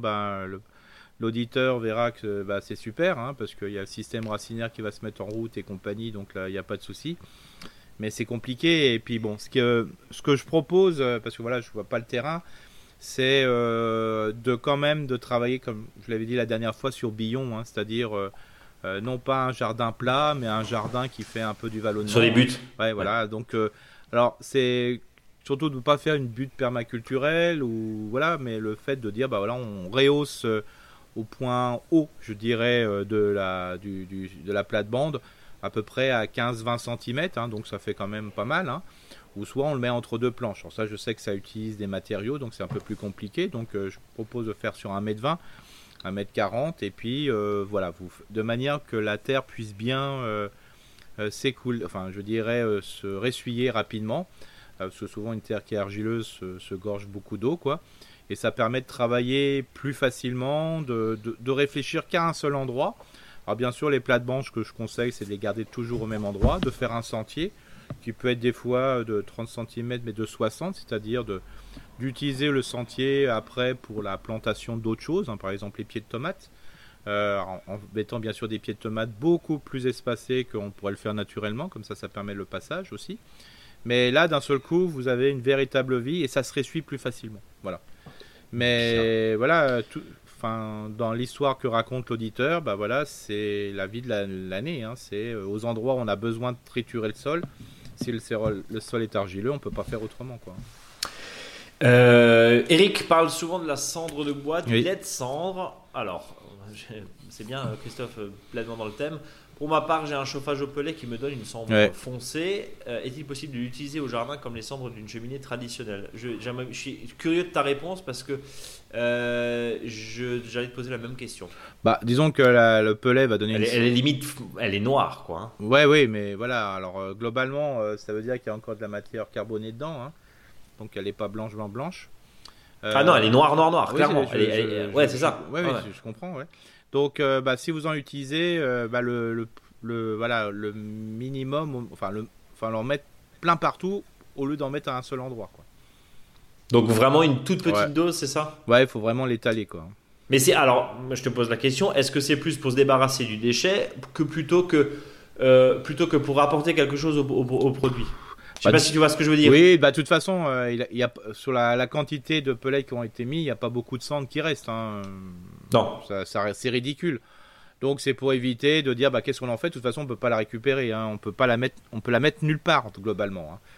l'auditeur verra que c'est super, parce qu'il y a le système racinaire qui va se mettre en route et compagnie, donc là, il n'y a pas de souci. Mais c'est compliqué. Et puis bon, ce que je propose, parce que voilà, je vois pas le terrain, c'est quand même de travailler, comme je l'avais dit la dernière fois, sur billon, c'est-à-dire non pas un jardin plat, mais un jardin qui fait un peu du vallonnement. Sur les buts. Ouais, voilà. Donc, alors c'est surtout de ne pas faire une butte permaculturelle mais le fait de dire on rehausse au point haut, je dirais, de la plate-bande, à peu près à 15-20 cm, donc ça fait quand même pas mal, ou soit on le met entre 2 planches. Alors ça, je sais que ça utilise des matériaux, donc c'est un peu plus compliqué, donc je propose de faire sur 1m20, 1m40, et puis de manière que la terre puisse bien s'écouler, se ressuyer rapidement, parce que souvent une terre qui est argileuse se gorge beaucoup d'eau, et ça permet de travailler plus facilement, de réfléchir qu'à un seul endroit. Alors bien sûr, les plates-bandes que je conseille, c'est de les garder toujours au même endroit, de faire un sentier qui peut être des fois de 30 cm mais de 60, c'est-à-dire d'utiliser le sentier après pour la plantation d'autres choses, par exemple les pieds de tomates, en mettant bien sûr des pieds de tomates beaucoup plus espacés qu'on pourrait le faire naturellement, comme ça permet le passage aussi. Mais là, d'un seul coup, vous avez une véritable vie et ça se ressuit plus facilement. Voilà. Mais voilà, dans l'histoire que raconte l'auditeur, c'est la vie de l'année. C'est aux endroits où on a besoin de triturer le sol. Si le sol est argileux, on ne peut pas faire autrement, Eric parle souvent de la cendre de bois, du lait de cendre. Alors, c'est bien, Christophe, pleinement dans le thème. Pour ma part, j'ai un chauffage au pellet qui me donne une cendre foncée. Est-il possible de l'utiliser au jardin comme les cendres d'une cheminée traditionnelle? Je suis curieux de ta réponse parce que j'allais te poser la même question. Disons que le pellet va donner... Elle est limite, elle est noire, quoi. Oui, mais voilà. Alors, globalement, ça veut dire qu'il y a encore de la matière carbonée dedans. Donc, elle n'est pas blanche. Non, elle est noire, clairement. C'est ça. Oui, je comprends, ouais. Donc, si vous en utilisez, le minimum, l'en mettre plein partout au lieu d'en mettre à un seul endroit, Donc vraiment une toute petite dose, c'est ça? Ouais, il faut vraiment l'étaler, Mais alors, je te pose la question, est-ce que c'est plus pour se débarrasser du déchet que plutôt que pour apporter quelque chose au produit? Je sais pas si tu vois ce que je veux dire. Oui, de toute façon, il y a, sur la quantité de pellets qui ont été mis, il n'y a pas beaucoup de cendre qui reste. Non. C'est ridicule. Donc c'est pour éviter de dire qu'est-ce qu'on en fait. De toute façon, on peut pas la récupérer. On peut la mettre nulle part globalement.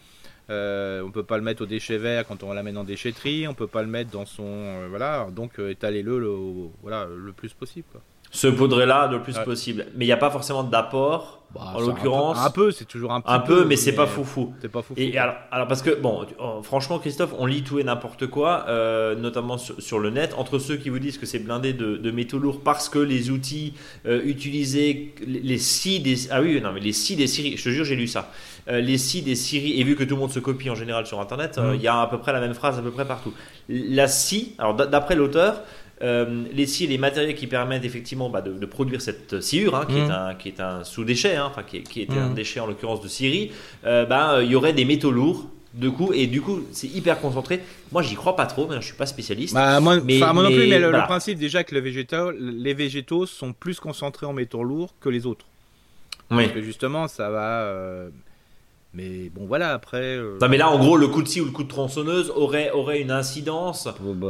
On peut pas le mettre au déchet vert quand on l'amène en déchetterie. On peut pas le mettre dans son voilà. Donc étalez-le le plus possible, quoi. Ce poudré-là le plus possible. Mais il n'y a pas forcément d'apport. En l'occurrence, un peu, c'est toujours un petit peu, mais c'est pas foufou. C'est pas foufou. Et alors parce que franchement, Christophe, on lit tout et n'importe quoi, notamment sur le net. Entre ceux qui vous disent que c'est blindé de métaux lourds parce que les outils utilisés, les scies des scieries. Je te jure, j'ai lu ça. Les scies des scieries, et vu que tout le monde se copie en général sur Internet, il y a à peu près la même phrase à peu près partout. La scie, alors d'après l'auteur. Les scies et les matériaux qui permettent effectivement de produire cette sciure, qui est un sous-déchet, qui était un déchet en l'occurrence de scierie, il y aurait des métaux lourds du coup c'est hyper concentré. Moi j'y crois pas trop, mais je suis pas spécialiste. Moi non plus, mais le principe déjà que les végétaux sont plus concentrés en métaux lourds que les autres. Oui. Parce que justement ça va... Mais bon voilà après. Non mais là en gros le coup de scie ou le coup de tronçonneuse aurait une incidence.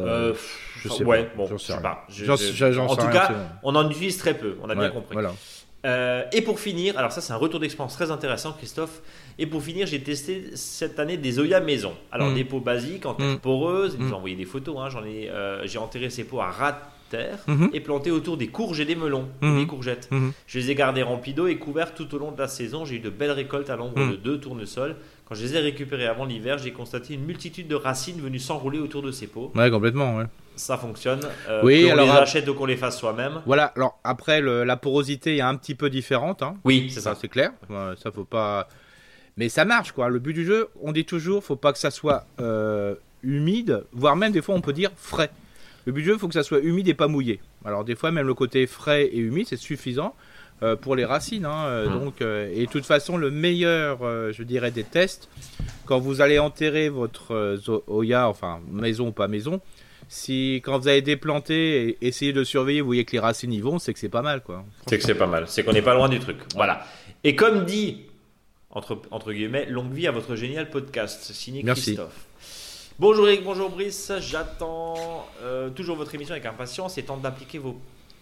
Je sais pas. J'en sais pas. En tout cas, on en utilise très peu. On a bien compris. Voilà. Et pour finir, alors ça c'est un retour d'expérience très intéressant, Christophe. Et pour finir, j'ai testé cette année des Oya maison. Alors des pots basiques en terre poreuse. J'ai envoyé des photos. J'ai enterré ces pots à ras de terre et planté autour des courges et des melons, des courgettes. Je les ai gardés remplis d'eau et couverts tout au long de la saison. J'ai eu de belles récoltes à l'ombre de 2 tournesols. Quand je les ai récupérés avant l'hiver, j'ai constaté une multitude de racines venues s'enrouler autour de ces pots. Ouais, complètement, ouais. Ça fonctionne. Qu'on les achète ou qu'on les fasse soi-même. Voilà. Alors après, la porosité est un petit peu différente. Oui, c'est ça. C'est clair. Ça faut pas. Mais ça marche, quoi. Le but du jeu, on dit toujours, faut pas que ça soit humide, voire même des fois on peut dire frais. Le but du jeu, il faut que ça soit humide et pas mouillé. Alors des fois, même le côté frais et humide, c'est suffisant pour les racines. Donc, et de toute façon, le meilleur, je dirais, des tests, quand vous allez enterrer votre Oya, enfin maison ou pas maison, quand vous allez déplanter et essayer de surveiller, vous voyez que les racines y vont, c'est que c'est pas mal, quoi. C'est que c'est pas mal. C'est qu'on n'est pas loin du truc. Voilà. Et comme dit, entre guillemets, longue vie à votre génial podcast, signé Christophe. Bonjour Eric, bonjour Brice, j'attends toujours votre émission avec impatience et tente d'appliquer vos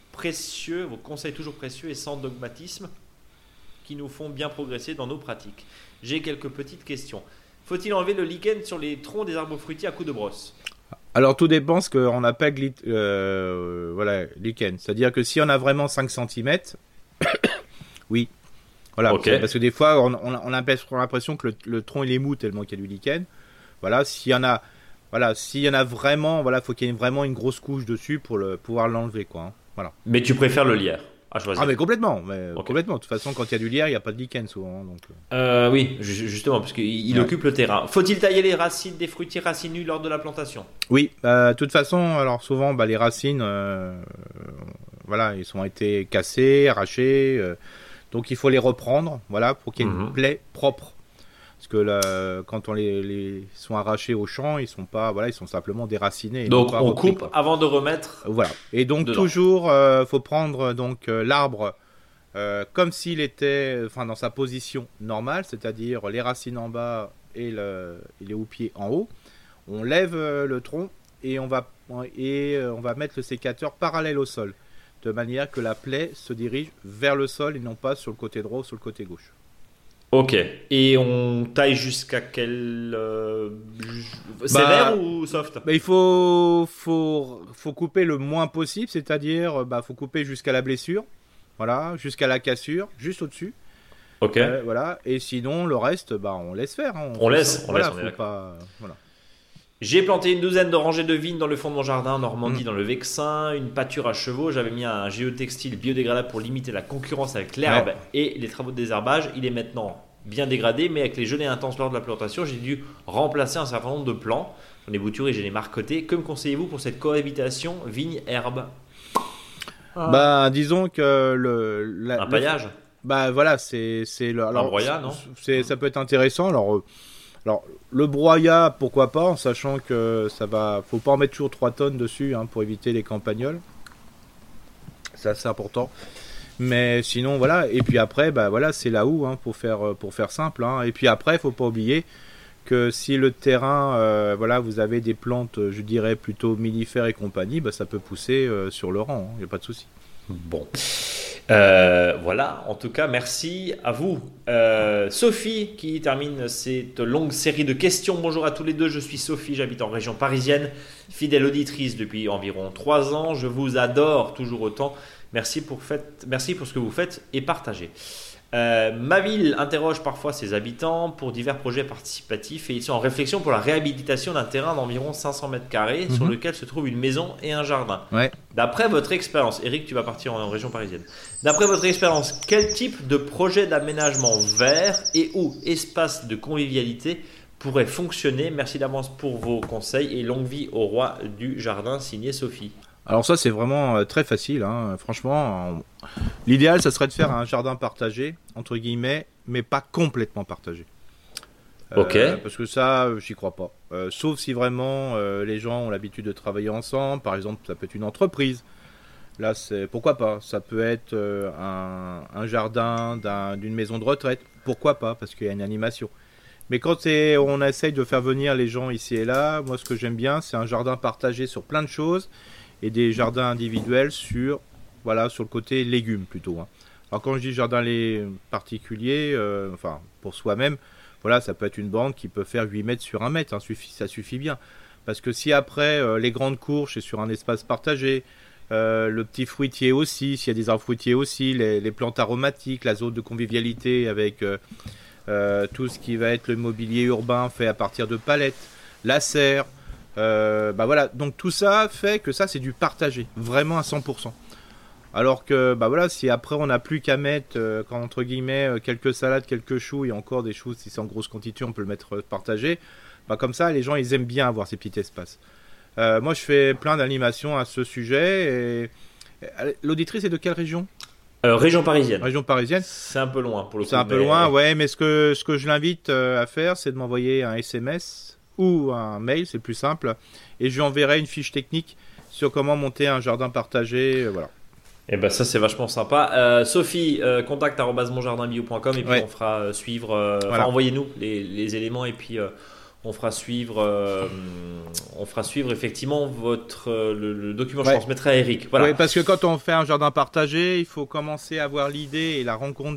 conseils toujours précieux et sans dogmatisme qui nous font bien progresser dans nos pratiques. J'ai quelques petites questions. Faut-il enlever le lichen sur les troncs des arbres fruitiers à coups de brosse ? Alors tout dépend ce qu'on appelle lichen. C'est-à-dire que si on a vraiment 5 cm, oui. Voilà, okay. Parce que des fois on a l'impression que le tronc il est mou tellement qu'il y a du lichen. Voilà, s'il y en a vraiment, faut qu'il y ait vraiment une grosse couche dessus pour pouvoir l'enlever, quoi. Voilà. Mais tu préfères le lierre à choisir ? Ah mais complètement, complètement. De toute façon, quand il y a du lierre, il n'y a pas de lichen souvent. Donc. Oui, justement, parce qu'il occupe le terrain. Faut-il tailler les racines des fruitiers racinus lors de la plantation ? Oui, de toute façon, alors souvent, les racines, ils ont été cassées, arrachées, donc il faut les reprendre, pour qu'il y ait une plaie propre. Parce que quand on les sont arrachés au champ, ils sont pas, ils sont simplement déracinés. Donc on coupe avant de remettre. Voilà. Et donc dedans. Toujours, faut prendre l'arbre comme s'il était, dans sa position normale, c'est-à-dire les racines en bas et les houppiers en haut. On lève le tronc et on va mettre le sécateur parallèle au sol, de manière que la plaie se dirige vers le sol et non pas sur le côté droit ou sur le côté gauche. Ok. Et on taille jusqu'à quel sévère ou soft ? Il faut couper le moins possible, c'est-à-dire faut couper jusqu'à la blessure, jusqu'à la cassure, juste au-dessus. Ok. Et sinon le reste, on laisse faire. On laisse. On est pas. Voilà. J'ai planté une douzaine de rangées de vignes dans le fond de mon jardin en Normandie, dans le Vexin, une pâture à chevaux. J'avais mis un géotextile biodégradable pour limiter la concurrence avec l'herbe et les travaux de désherbage. Il est maintenant bien dégradé, mais avec les gelées intenses lors de la plantation, j'ai dû remplacer un certain nombre de plants. J'en ai bouturé, j'ai les marcotés. Que me conseillez-vous pour cette cohabitation vigne-herbe ? Disons que un paillage. C'est le. Alors, un broyat, non ? Ça peut être intéressant. Alors, le broyat, pourquoi pas, en sachant que faut pas en mettre toujours 3 tonnes dessus, pour éviter les campagnols. C'est assez important. Mais sinon, Et puis après, c'est la houe, pour faire simple, Et puis après, faut pas oublier que si le terrain, vous avez des plantes, je dirais plutôt mellifères et compagnie, ça peut pousser sur le rang, il n'y a pas de souci. Bon. Voilà, en tout cas, merci à vous. Sophie qui termine cette longue série de questions. Bonjour à tous les deux, je suis Sophie, j'habite en région parisienne, fidèle auditrice depuis environ 3 ans. Je vous adore toujours autant. Merci pour ce que vous faites et partagez. Ma ville interroge parfois ses habitants pour divers projets participatifs et ils sont en réflexion pour la réhabilitation d'un terrain d'environ 500 mètres carrés sur lequel se trouve une maison et un jardin. Ouais. D'après votre expérience, Eric, tu vas partir en région parisienne. D'après votre expérience, quel type de projet d'aménagement vert et ou espace de convivialité pourrait fonctionner? Merci d'avance pour vos conseils et longue vie au roi du jardin, signé Sophie. Alors ça c'est vraiment très facile, hein. Franchement, l'idéal ça serait de faire un jardin partagé, entre guillemets, mais pas complètement partagé. Ok. Parce que ça, j'y crois pas. Sauf si vraiment les gens ont l'habitude de travailler ensemble, par exemple ça peut être une entreprise. Là c'est pourquoi pas, ça peut être un jardin d'une maison de retraite, pourquoi pas, parce qu'il y a une animation. Mais quand on essaye de faire venir les gens ici et là, moi ce que j'aime bien c'est un jardin partagé sur plein de choses, et des jardins individuels sur le côté légumes plutôt. Hein. Alors quand je dis jardin particulier, pour soi-même, voilà, ça peut être une bande qui peut faire 8 mètres sur 1 mètre, hein, ça suffit bien. Parce que si après les grandes courges c'est sur un espace partagé, le petit fruitier aussi, s'il y a des arbres fruitiers aussi, les plantes aromatiques, la zone de convivialité avec tout ce qui va être le mobilier urbain fait à partir de palettes, la serre, voilà, donc tout ça fait que ça c'est du partagé, vraiment à 100%. Alors que si après on n'a plus qu'à mettre entre guillemets quelques salades, quelques choux, et encore des choux si c'est en grosse quantité on peut le mettre partagé, comme ça les gens ils aiment bien avoir ces petits espaces. Moi je fais plein d'animations à ce sujet. Et l'auditrice est de quelle région? Région parisienne. Région parisienne. C'est un peu loin pour le coup. C'est un peu loin, ouais, mais ce que je l'invite à faire, c'est de m'envoyer un SMS ou un mail, c'est plus simple, et je lui enverrai une fiche technique sur comment monter un jardin partagé, voilà. Et ben ça c'est vachement sympa. Sophie, contact@monjardinbio.com et puis on fera suivre. Envoyez-nous les éléments et puis on fera suivre effectivement le document. Je transmettrai à Eric. Voilà. Oui, parce que quand on fait un jardin partagé, il faut commencer à avoir l'idée et la rencontre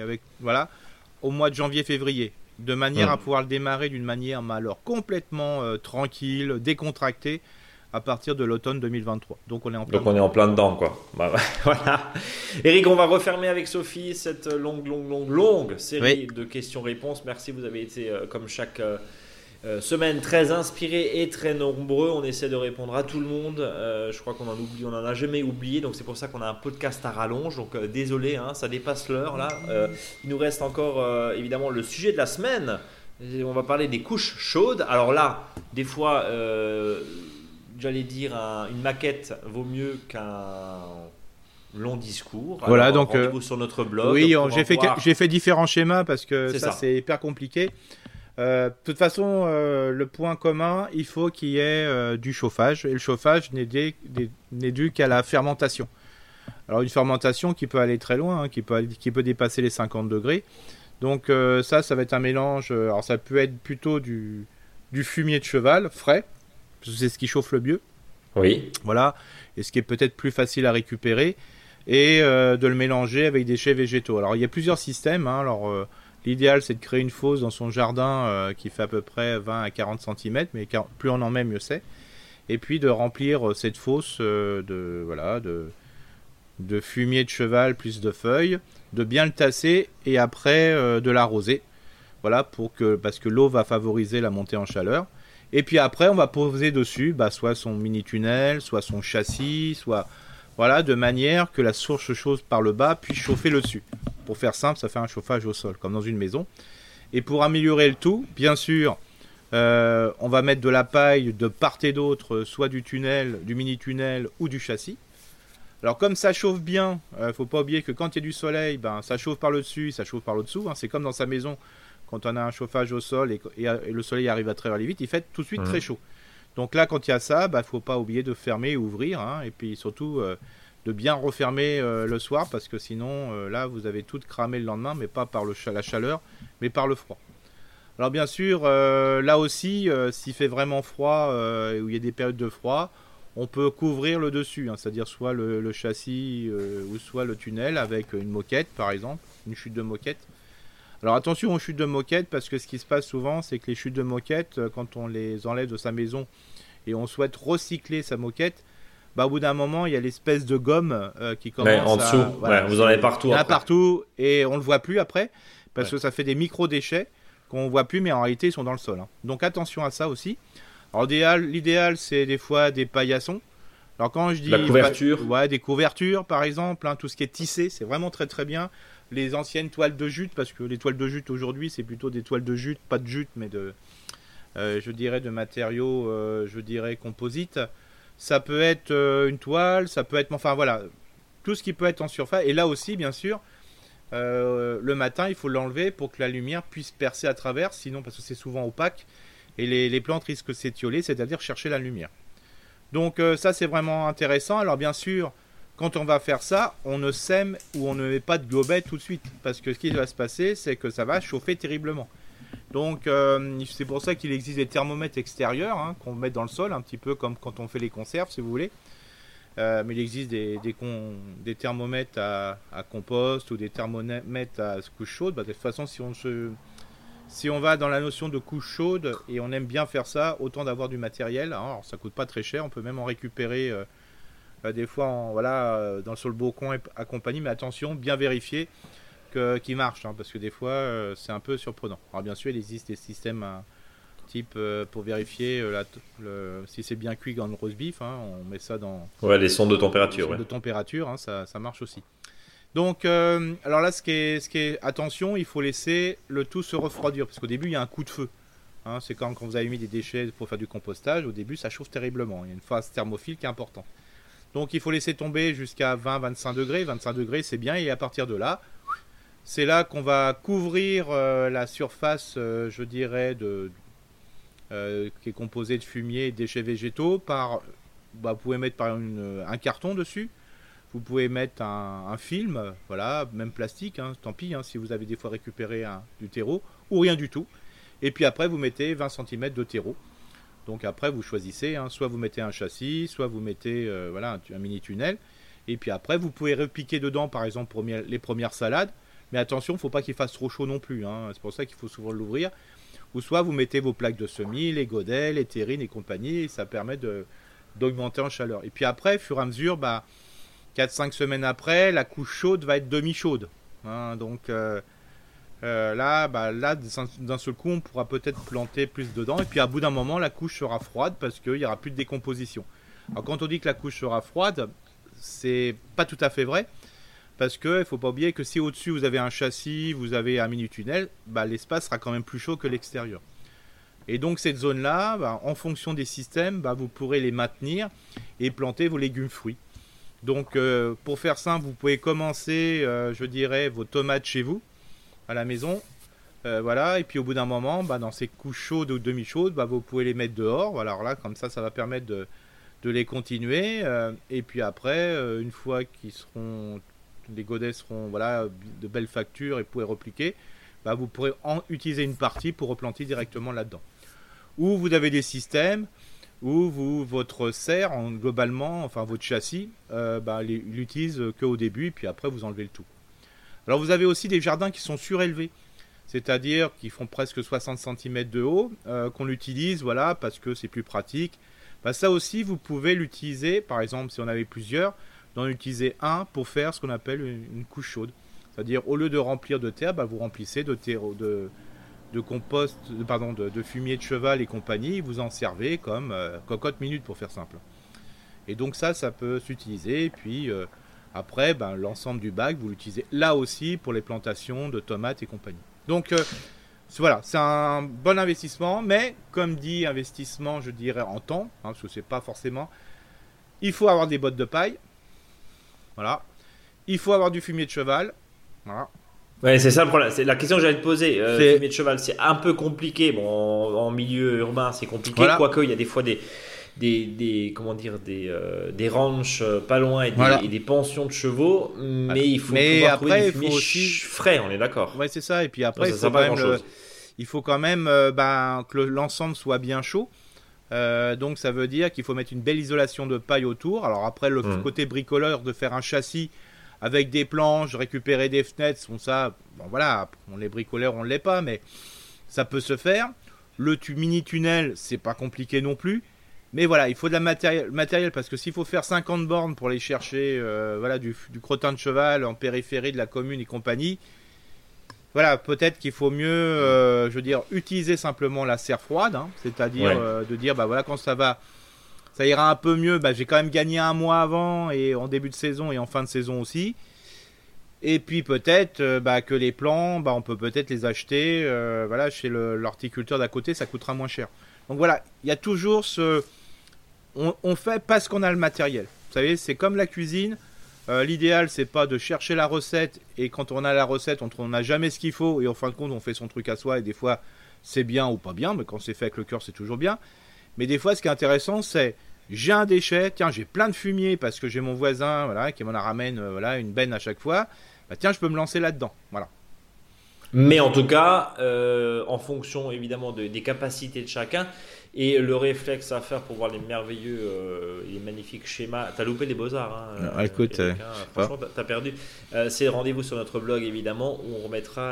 au mois de janvier-février, de manière à pouvoir le démarrer d'une manière complètement tranquille, décontractée, à partir de l'automne 2023. Donc on est en plein dedans, quoi. Voilà. Eric, on va refermer avec Sophie cette longue série de questions-réponses. Merci, vous avez été comme chaque semaine très inspirés et très nombreux. On essaie de répondre à tout le monde. Je crois qu'on en a jamais oublié. Donc c'est pour ça qu'on a un podcast à rallonge. Donc désolé, hein, ça dépasse l'heure là. Il nous reste encore évidemment le sujet de la semaine. On va parler des couches chaudes. Alors là, des fois, j'allais dire une maquette vaut mieux qu'un long discours. Voilà, alors, donc rendez-vous sur notre blog. Oui, j'ai fait différents schémas parce que ça c'est hyper compliqué. De toute façon, le point commun, il faut qu'il y ait du chauffage. Et le chauffage n'est dû qu'à la fermentation. Alors une fermentation qui peut aller très loin, hein, qui peut dépasser les 50 degrés. Donc ça va être un mélange. Alors ça peut être plutôt du fumier de cheval frais, parce que c'est ce qui chauffe le mieux. Oui. Voilà. Et ce qui est peut-être plus facile à récupérer. Et de le mélanger avec des déchets végétaux. Alors il y a plusieurs systèmes. Hein, l'idéal, c'est de créer une fosse dans son jardin qui fait à peu près 20 à 40 cm, mais plus on en met, mieux c'est. Et puis de remplir cette fosse de fumier de cheval plus de feuilles, de bien le tasser et après de l'arroser. Voilà, parce que l'eau va favoriser la montée en chaleur. Et puis après, on va poser dessus soit son mini-tunnel, soit son châssis, de manière que la source chaude par le bas puisse chauffer le dessus. Pour faire simple, ça fait un chauffage au sol, comme dans une maison. Et pour améliorer le tout, bien sûr, on va mettre de la paille de part et d'autre, soit du tunnel, du mini-tunnel ou du châssis. Alors comme ça chauffe bien, faut pas oublier que quand il y a du soleil, ça chauffe par le dessus, ça chauffe par le dessous. Hein. C'est comme dans sa maison, quand on a un chauffage au sol et le soleil arrive à très vite, il fait tout de suite très chaud. Donc là, quand il y a ça, faut pas oublier de fermer et ouvrir, hein, et puis surtout de bien refermer le soir, parce que sinon, là, vous avez tout cramé le lendemain, mais pas par la chaleur, mais par le froid. Alors bien sûr, là aussi, s'il fait vraiment froid, où il y a des périodes de froid, on peut couvrir le dessus, hein, c'est-à-dire soit le châssis ou soit le tunnel avec une moquette par exemple, une chute de moquette. Alors attention aux chutes de moquette parce que ce qui se passe souvent c'est que les chutes de moquette, quand on les enlève de sa maison et on souhaite recycler sa moquette, au bout d'un moment il y a l'espèce de gomme qui commence en dessous, voilà, vous en avez partout. Il y en a partout et on le voit plus après parce que ça fait des micro-déchets qu'on voit plus mais en réalité ils sont dans le sol, hein. Donc attention à ça aussi. Alors l'idéal c'est des fois des paillassons. Alors quand je dis la couverture, des couvertures par exemple, hein, tout ce qui est tissé, c'est vraiment très très bien. Les anciennes toiles de jute, parce que les toiles de jute aujourd'hui c'est plutôt des toiles de jute, pas de jute mais de je dirais de matériaux composites. Ça peut être une toile, ça peut être enfin voilà, tout ce qui peut être en surface. Et là aussi bien sûr le matin il faut l'enlever pour que la lumière puisse percer à travers, sinon parce que c'est souvent opaque. Et les plantes risquent de s'étioler, c'est-à-dire chercher la lumière. Donc ça c'est vraiment intéressant. Alors bien sûr, quand on va faire ça, on ne sème ou on ne met pas de globette tout de suite. Parce que ce qui va se passer, c'est que ça va chauffer terriblement. Donc c'est pour ça qu'il existe des thermomètres extérieurs, hein, qu'on met dans le sol, un petit peu comme quand on fait les conserves si vous voulez. Mais il existe des thermomètres à compost ou des thermomètres à couche chaude. De toute façon, si on va dans la notion de couche chaude et on aime bien faire ça, autant d'avoir du matériel. Alors ça coûte pas très cher, on peut même en récupérer des fois sur le balcon à compagnie, mais attention, bien vérifier qu'il marche, hein, parce que des fois c'est un peu surprenant. Alors bien sûr il existe des systèmes type pour vérifier si c'est bien cuit dans le roast beef, hein, on met ça dans les sondes de température. De température, hein, ça marche aussi. Donc, alors là, ce qui est attention, il faut laisser le tout se refroidir parce qu'au début, il y a un coup de feu. Hein, c'est quand vous avez mis des déchets pour faire du compostage, au début, ça chauffe terriblement. Il y a une phase thermophile qui est importante. Donc, il faut laisser tomber jusqu'à 20-25 degrés. 25 degrés, c'est bien. Et à partir de là, c'est là qu'on va couvrir la surface, je dirais, qui est composée de fumier et de déchets végétaux. Vous pouvez mettre par un carton dessus. Vous pouvez mettre un film, voilà, même plastique, hein, tant pis, hein, si vous avez des fois récupéré du terreau, ou rien du tout. Et puis après, vous mettez 20 cm de terreau. Donc après, vous choisissez, hein, soit vous mettez un châssis, soit vous mettez un mini tunnel. Et puis après, vous pouvez repiquer dedans, par exemple, pour les premières salades. Mais attention, il ne faut pas qu'il fasse trop chaud non plus. Hein, c'est pour ça qu'il faut souvent l'ouvrir. Ou soit vous mettez vos plaques de semis, les godets, les terrines et compagnie. Et ça permet d'augmenter en chaleur. Et puis après, au fur et à mesure, 4-5 semaines après, la couche chaude va être demi-chaude. Hein, donc là, d'un seul coup, on pourra peut-être planter plus dedans. Et puis à bout d'un moment, la couche sera froide parce qu'il n'y aura plus de décomposition. Alors quand on dit que la couche sera froide, c'est pas tout à fait vrai. Parce qu'il ne faut pas oublier que si au-dessus vous avez un châssis, vous avez un mini-tunnel, l'espace sera quand même plus chaud que l'extérieur. Et donc cette zone-là, en fonction des systèmes, vous pourrez les maintenir et planter vos légumes fruits. Donc pour faire simple, vous pouvez commencer, vos tomates chez vous, à la maison. Et puis au bout d'un moment, dans ces couches chaudes ou demi-chaudes, vous pouvez les mettre dehors. Voilà, alors là, comme ça va permettre de les continuer. Et puis après, une fois les godets seront de belles factures et vous pourrez repliquer, vous pourrez utiliser une partie pour replanter directement là-dedans. Ou vous avez des systèmes où votre serre, globalement, enfin votre châssis, il l'utilise qu'au début, et puis après vous enlevez le tout. Alors vous avez aussi des jardins qui sont surélevés, c'est-à-dire qui font presque 60 cm de haut, qu'on utilise parce que c'est plus pratique. Ça aussi, vous pouvez l'utiliser, par exemple, si on avait plusieurs, d'en utiliser un pour faire ce qu'on appelle une couche chaude. C'est-à-dire, au lieu de remplir de terre, vous remplissez de compost, de fumier de cheval et compagnie, vous en servez comme cocotte minute pour faire simple. Et donc ça peut s'utiliser. Et puis après, l'ensemble du bac, vous l'utilisez là aussi pour les plantations de tomates et compagnie. Donc voilà, c'est un bon investissement, mais comme dit investissement, je dirais en temps, parce que c'est pas forcément. Il faut avoir des bottes de paille. Voilà. Il faut avoir du fumier de cheval. Voilà. Ouais, c'est ça le problème. C'est la question que j'allais te poser. Fumier de cheval, c'est un peu compliqué. Bon, en milieu urbain, c'est compliqué. Voilà. Quoique, il y a des fois des ranchs pas loin et des pensions de chevaux. Mais il faut pouvoir trouver du fumier frais, on est d'accord. Ouais, c'est ça. Et puis après, il faut quand même que l'ensemble soit bien chaud. Donc ça veut dire qu'il faut mettre une belle isolation de paille autour. Alors après le côté bricoleur de faire un châssis avec des planches, récupérer des fenêtres, voilà, les bricoleurs on ne l'est pas, mais ça peut se faire. Le mini tunnel, c'est pas compliqué non plus. Mais voilà, il faut de la matériel parce que s'il faut faire 50 bornes pour aller chercher du crottin de cheval en périphérie de la commune et compagnie, voilà, peut-être qu'il faut mieux, utiliser simplement la serre froide, hein, c'est-à-dire de dire, quand ça ira un peu mieux, j'ai quand même gagné un mois avant et en début de saison et en fin de saison aussi. Et puis peut-être que les plants, on peut peut-être les acheter chez l'horticulteur d'à côté, ça coûtera moins cher. Donc voilà, il y a toujours on fait parce qu'on a le matériel. Vous savez, c'est comme la cuisine. L'idéal, c'est pas de chercher la recette et quand on a la recette, on n'a jamais ce qu'il faut et en fin de compte, on fait son truc à soi et des fois, c'est bien ou pas bien, mais quand c'est fait avec le cœur, c'est toujours bien. Mais des fois, ce qui est intéressant, c'est j'ai un déchet, tiens, j'ai plein de fumier parce que j'ai mon voisin qui m'en ramène une benne à chaque fois. Tiens, je peux me lancer là-dedans. Voilà. Mais en tout cas, en fonction évidemment des capacités de chacun et le réflexe à faire pour voir les merveilleux, les magnifiques schémas. T'as loupé les beaux-arts. Écoute, Eric, franchement, t'as perdu. C'est rendez-vous sur notre blog évidemment où on remettra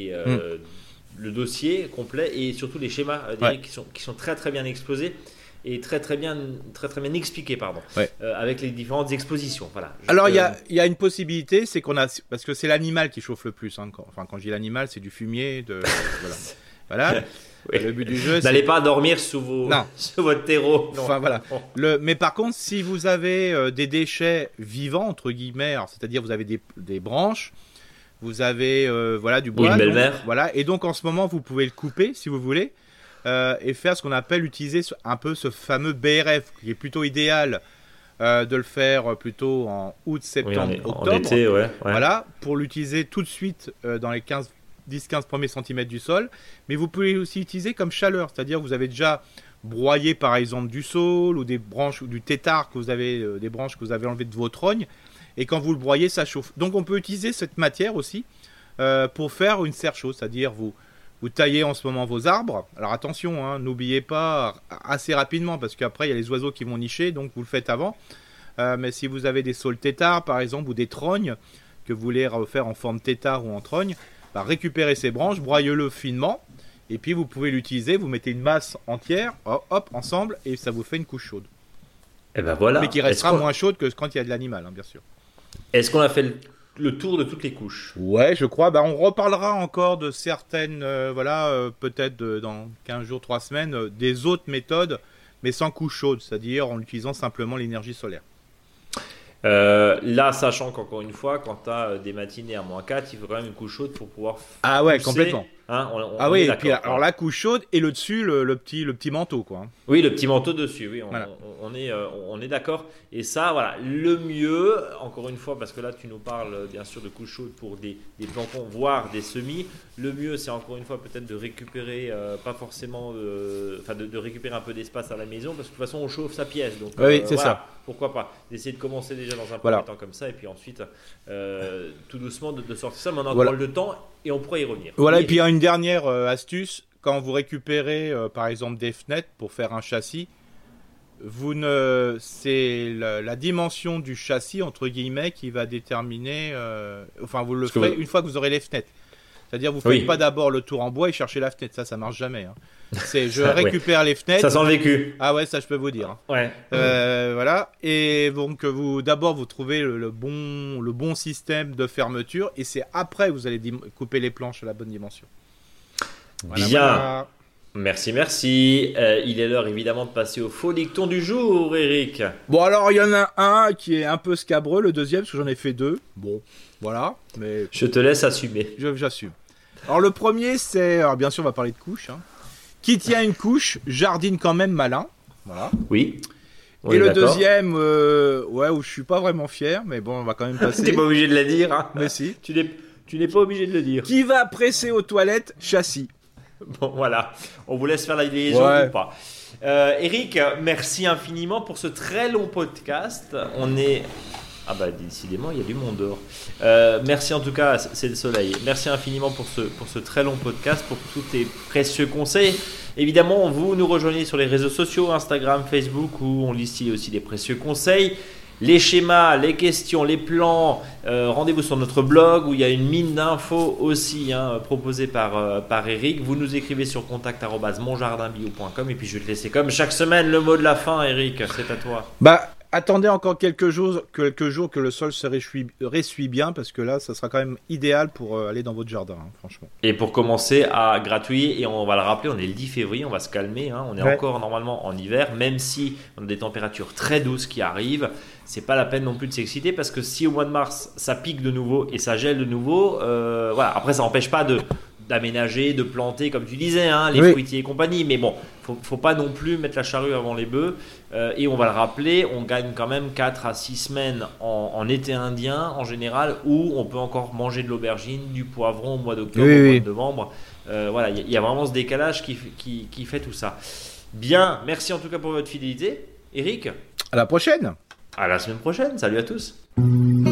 le dossier complet et surtout les schémas d'Eric qui sont très très bien exposés. Et très bien expliqué, avec les différentes expositions. Voilà. Alors il y a une possibilité, c'est parce que c'est l'animal qui chauffe le plus. Quand je dis l'animal, c'est du fumier, voilà. Oui. Le but du jeu, n'allez pas dormir sous votre terreau. Non. Enfin voilà. Mais par contre, si vous avez des déchets vivants entre guillemets, c'est-à-dire vous avez des branches, vous avez du bois, une belle-mère. Voilà. Et donc en ce moment, vous pouvez le couper si vous voulez. Et faire ce qu'on appelle utiliser un peu ce fameux BRF qui est plutôt idéal de le faire plutôt en août, septembre, octobre. En été, ouais. Voilà, pour l'utiliser tout de suite dans les 10-15 premiers centimètres du sol. Mais vous pouvez aussi utiliser comme chaleur, c'est-à-dire vous avez déjà broyé par exemple du saule ou des branches ou du tétard que vous avez, des branches que vous avez enlevées de vos trognes. Et quand vous le broyez, ça chauffe. Donc on peut utiliser cette matière aussi pour faire une serre chaude, c'est-à-dire vous taillez en ce moment vos arbres. Alors attention, n'oubliez pas assez rapidement parce qu'après il y a les oiseaux qui vont nicher, donc vous le faites avant. Mais si vous avez des saules têtards par exemple ou des trognes que vous voulez refaire en forme tétard ou en trogne, récupérez ces branches, broyez-le finement et puis vous pouvez l'utiliser. Vous mettez une masse entière, hop, ensemble et ça vous fait une couche chaude. Et voilà. Mais qui restera moins chaude que quand il y a de l'animal, bien sûr. Est-ce qu'on a fait le tour de toutes les couches? Ouais, je crois. On reparlera encore de certaines, peut-être dans 15 jours, 3 semaines, des autres méthodes, mais sans couche chaude, c'est-à-dire en utilisant simplement l'énergie solaire. Là, sachant qu'encore une fois, quand tu as des matinées à -4, il faut quand même une couche chaude pour pouvoir Ah ouais, complètement. On et puis alors la couche chaude et le dessus, le petit manteau, quoi. Oui, le petit manteau dessus, oui, voilà. on est d'accord. Et ça, voilà, le mieux, encore une fois, parce que là, tu nous parles bien sûr de couche chaude pour des plantons, voire des semis. Le mieux, c'est encore une fois peut-être de récupérer, pas forcément, de récupérer un peu d'espace à la maison, parce que de toute façon, on chauffe sa pièce. Donc, oui, c'est ça. Pourquoi pas d'essayer de commencer déjà dans un premier temps comme ça, et puis ensuite, tout doucement, de sortir ça. Mais on a encore le temps, et on pourra y revenir. Voilà, et puis il y a une dernière astuce. Quand vous récupérez, par exemple, des fenêtres pour faire un châssis, c'est la dimension du châssis, entre guillemets, qui va déterminer... vous le ferez une fois que vous aurez les fenêtres. C'est-à-dire, vous ne faites pas d'abord le tour en bois et cherchez la fenêtre. Ça marche jamais. Je récupère les fenêtres. Ça sent le vécu. Ah ouais, ça je peux vous dire. Ouais. Voilà. Et donc, d'abord, vous trouvez le bon système de fermeture. Et c'est après que vous allez couper les planches à la bonne dimension. Voilà, bien. Voilà. Merci. Il est l'heure évidemment de passer au faux dicton du jour, Eric. Bon, alors il y en a un qui est un peu scabreux, le deuxième, parce que j'en ai fait 2. Bon, voilà. Mais je te laisse assumer. J'assume. Alors le premier, c'est... Alors bien sûr, on va parler de couche. Qui tient une couche, jardine quand même malin. Voilà. Oui. Et le deuxième, où je suis pas vraiment fier, mais bon, on va quand même passer. T'es pas obligé de le dire. Mais si. Tu n'es pas obligé de le dire. Qui va presser aux toilettes, châssis. Bon, voilà. On vous laisse faire la liaison ou pas. Eric, merci infiniment pour ce très long podcast. On est... Ah bah décidément, il y a du monde dehors. Merci en tout cas, c'est le soleil. Merci infiniment pour ce très long podcast, pour tous tes précieux conseils. Évidemment, vous nous rejoignez sur les réseaux sociaux, Instagram, Facebook, où on liste aussi des précieux conseils. Les schémas, les questions, les plans, rendez-vous sur notre blog où il y a une mine d'infos aussi proposée par Eric. Vous nous écrivez sur contact@monjardinbio.com et puis je vais te laisser comme chaque semaine le mot de la fin, Eric, c'est à toi. Attendez encore quelques jours que le sol se ressuie bien parce que là, ça sera quand même idéal pour aller dans votre jardin, franchement. Et pour commencer à gratouiller, et on va le rappeler, on est le 10 février, on va se calmer, on est encore normalement en hiver, même si on a des températures très douces qui arrivent. C'est pas la peine non plus de s'exciter parce que si au mois de mars ça pique de nouveau et ça gèle de nouveau, après ça n'empêche pas d'aménager, de planter comme tu disais, les fruitiers et compagnie, mais bon, faut pas non plus mettre la charrue avant les bœufs, et on va le rappeler, on gagne quand même 4 à 6 semaines en été indien en général, où on peut encore manger de l'aubergine, du poivron au mois d'octobre, au mois de novembre, il y a vraiment ce décalage qui fait tout ça. Bien, merci en tout cas pour votre fidélité, Eric. À la prochaine. À la semaine prochaine, salut à tous.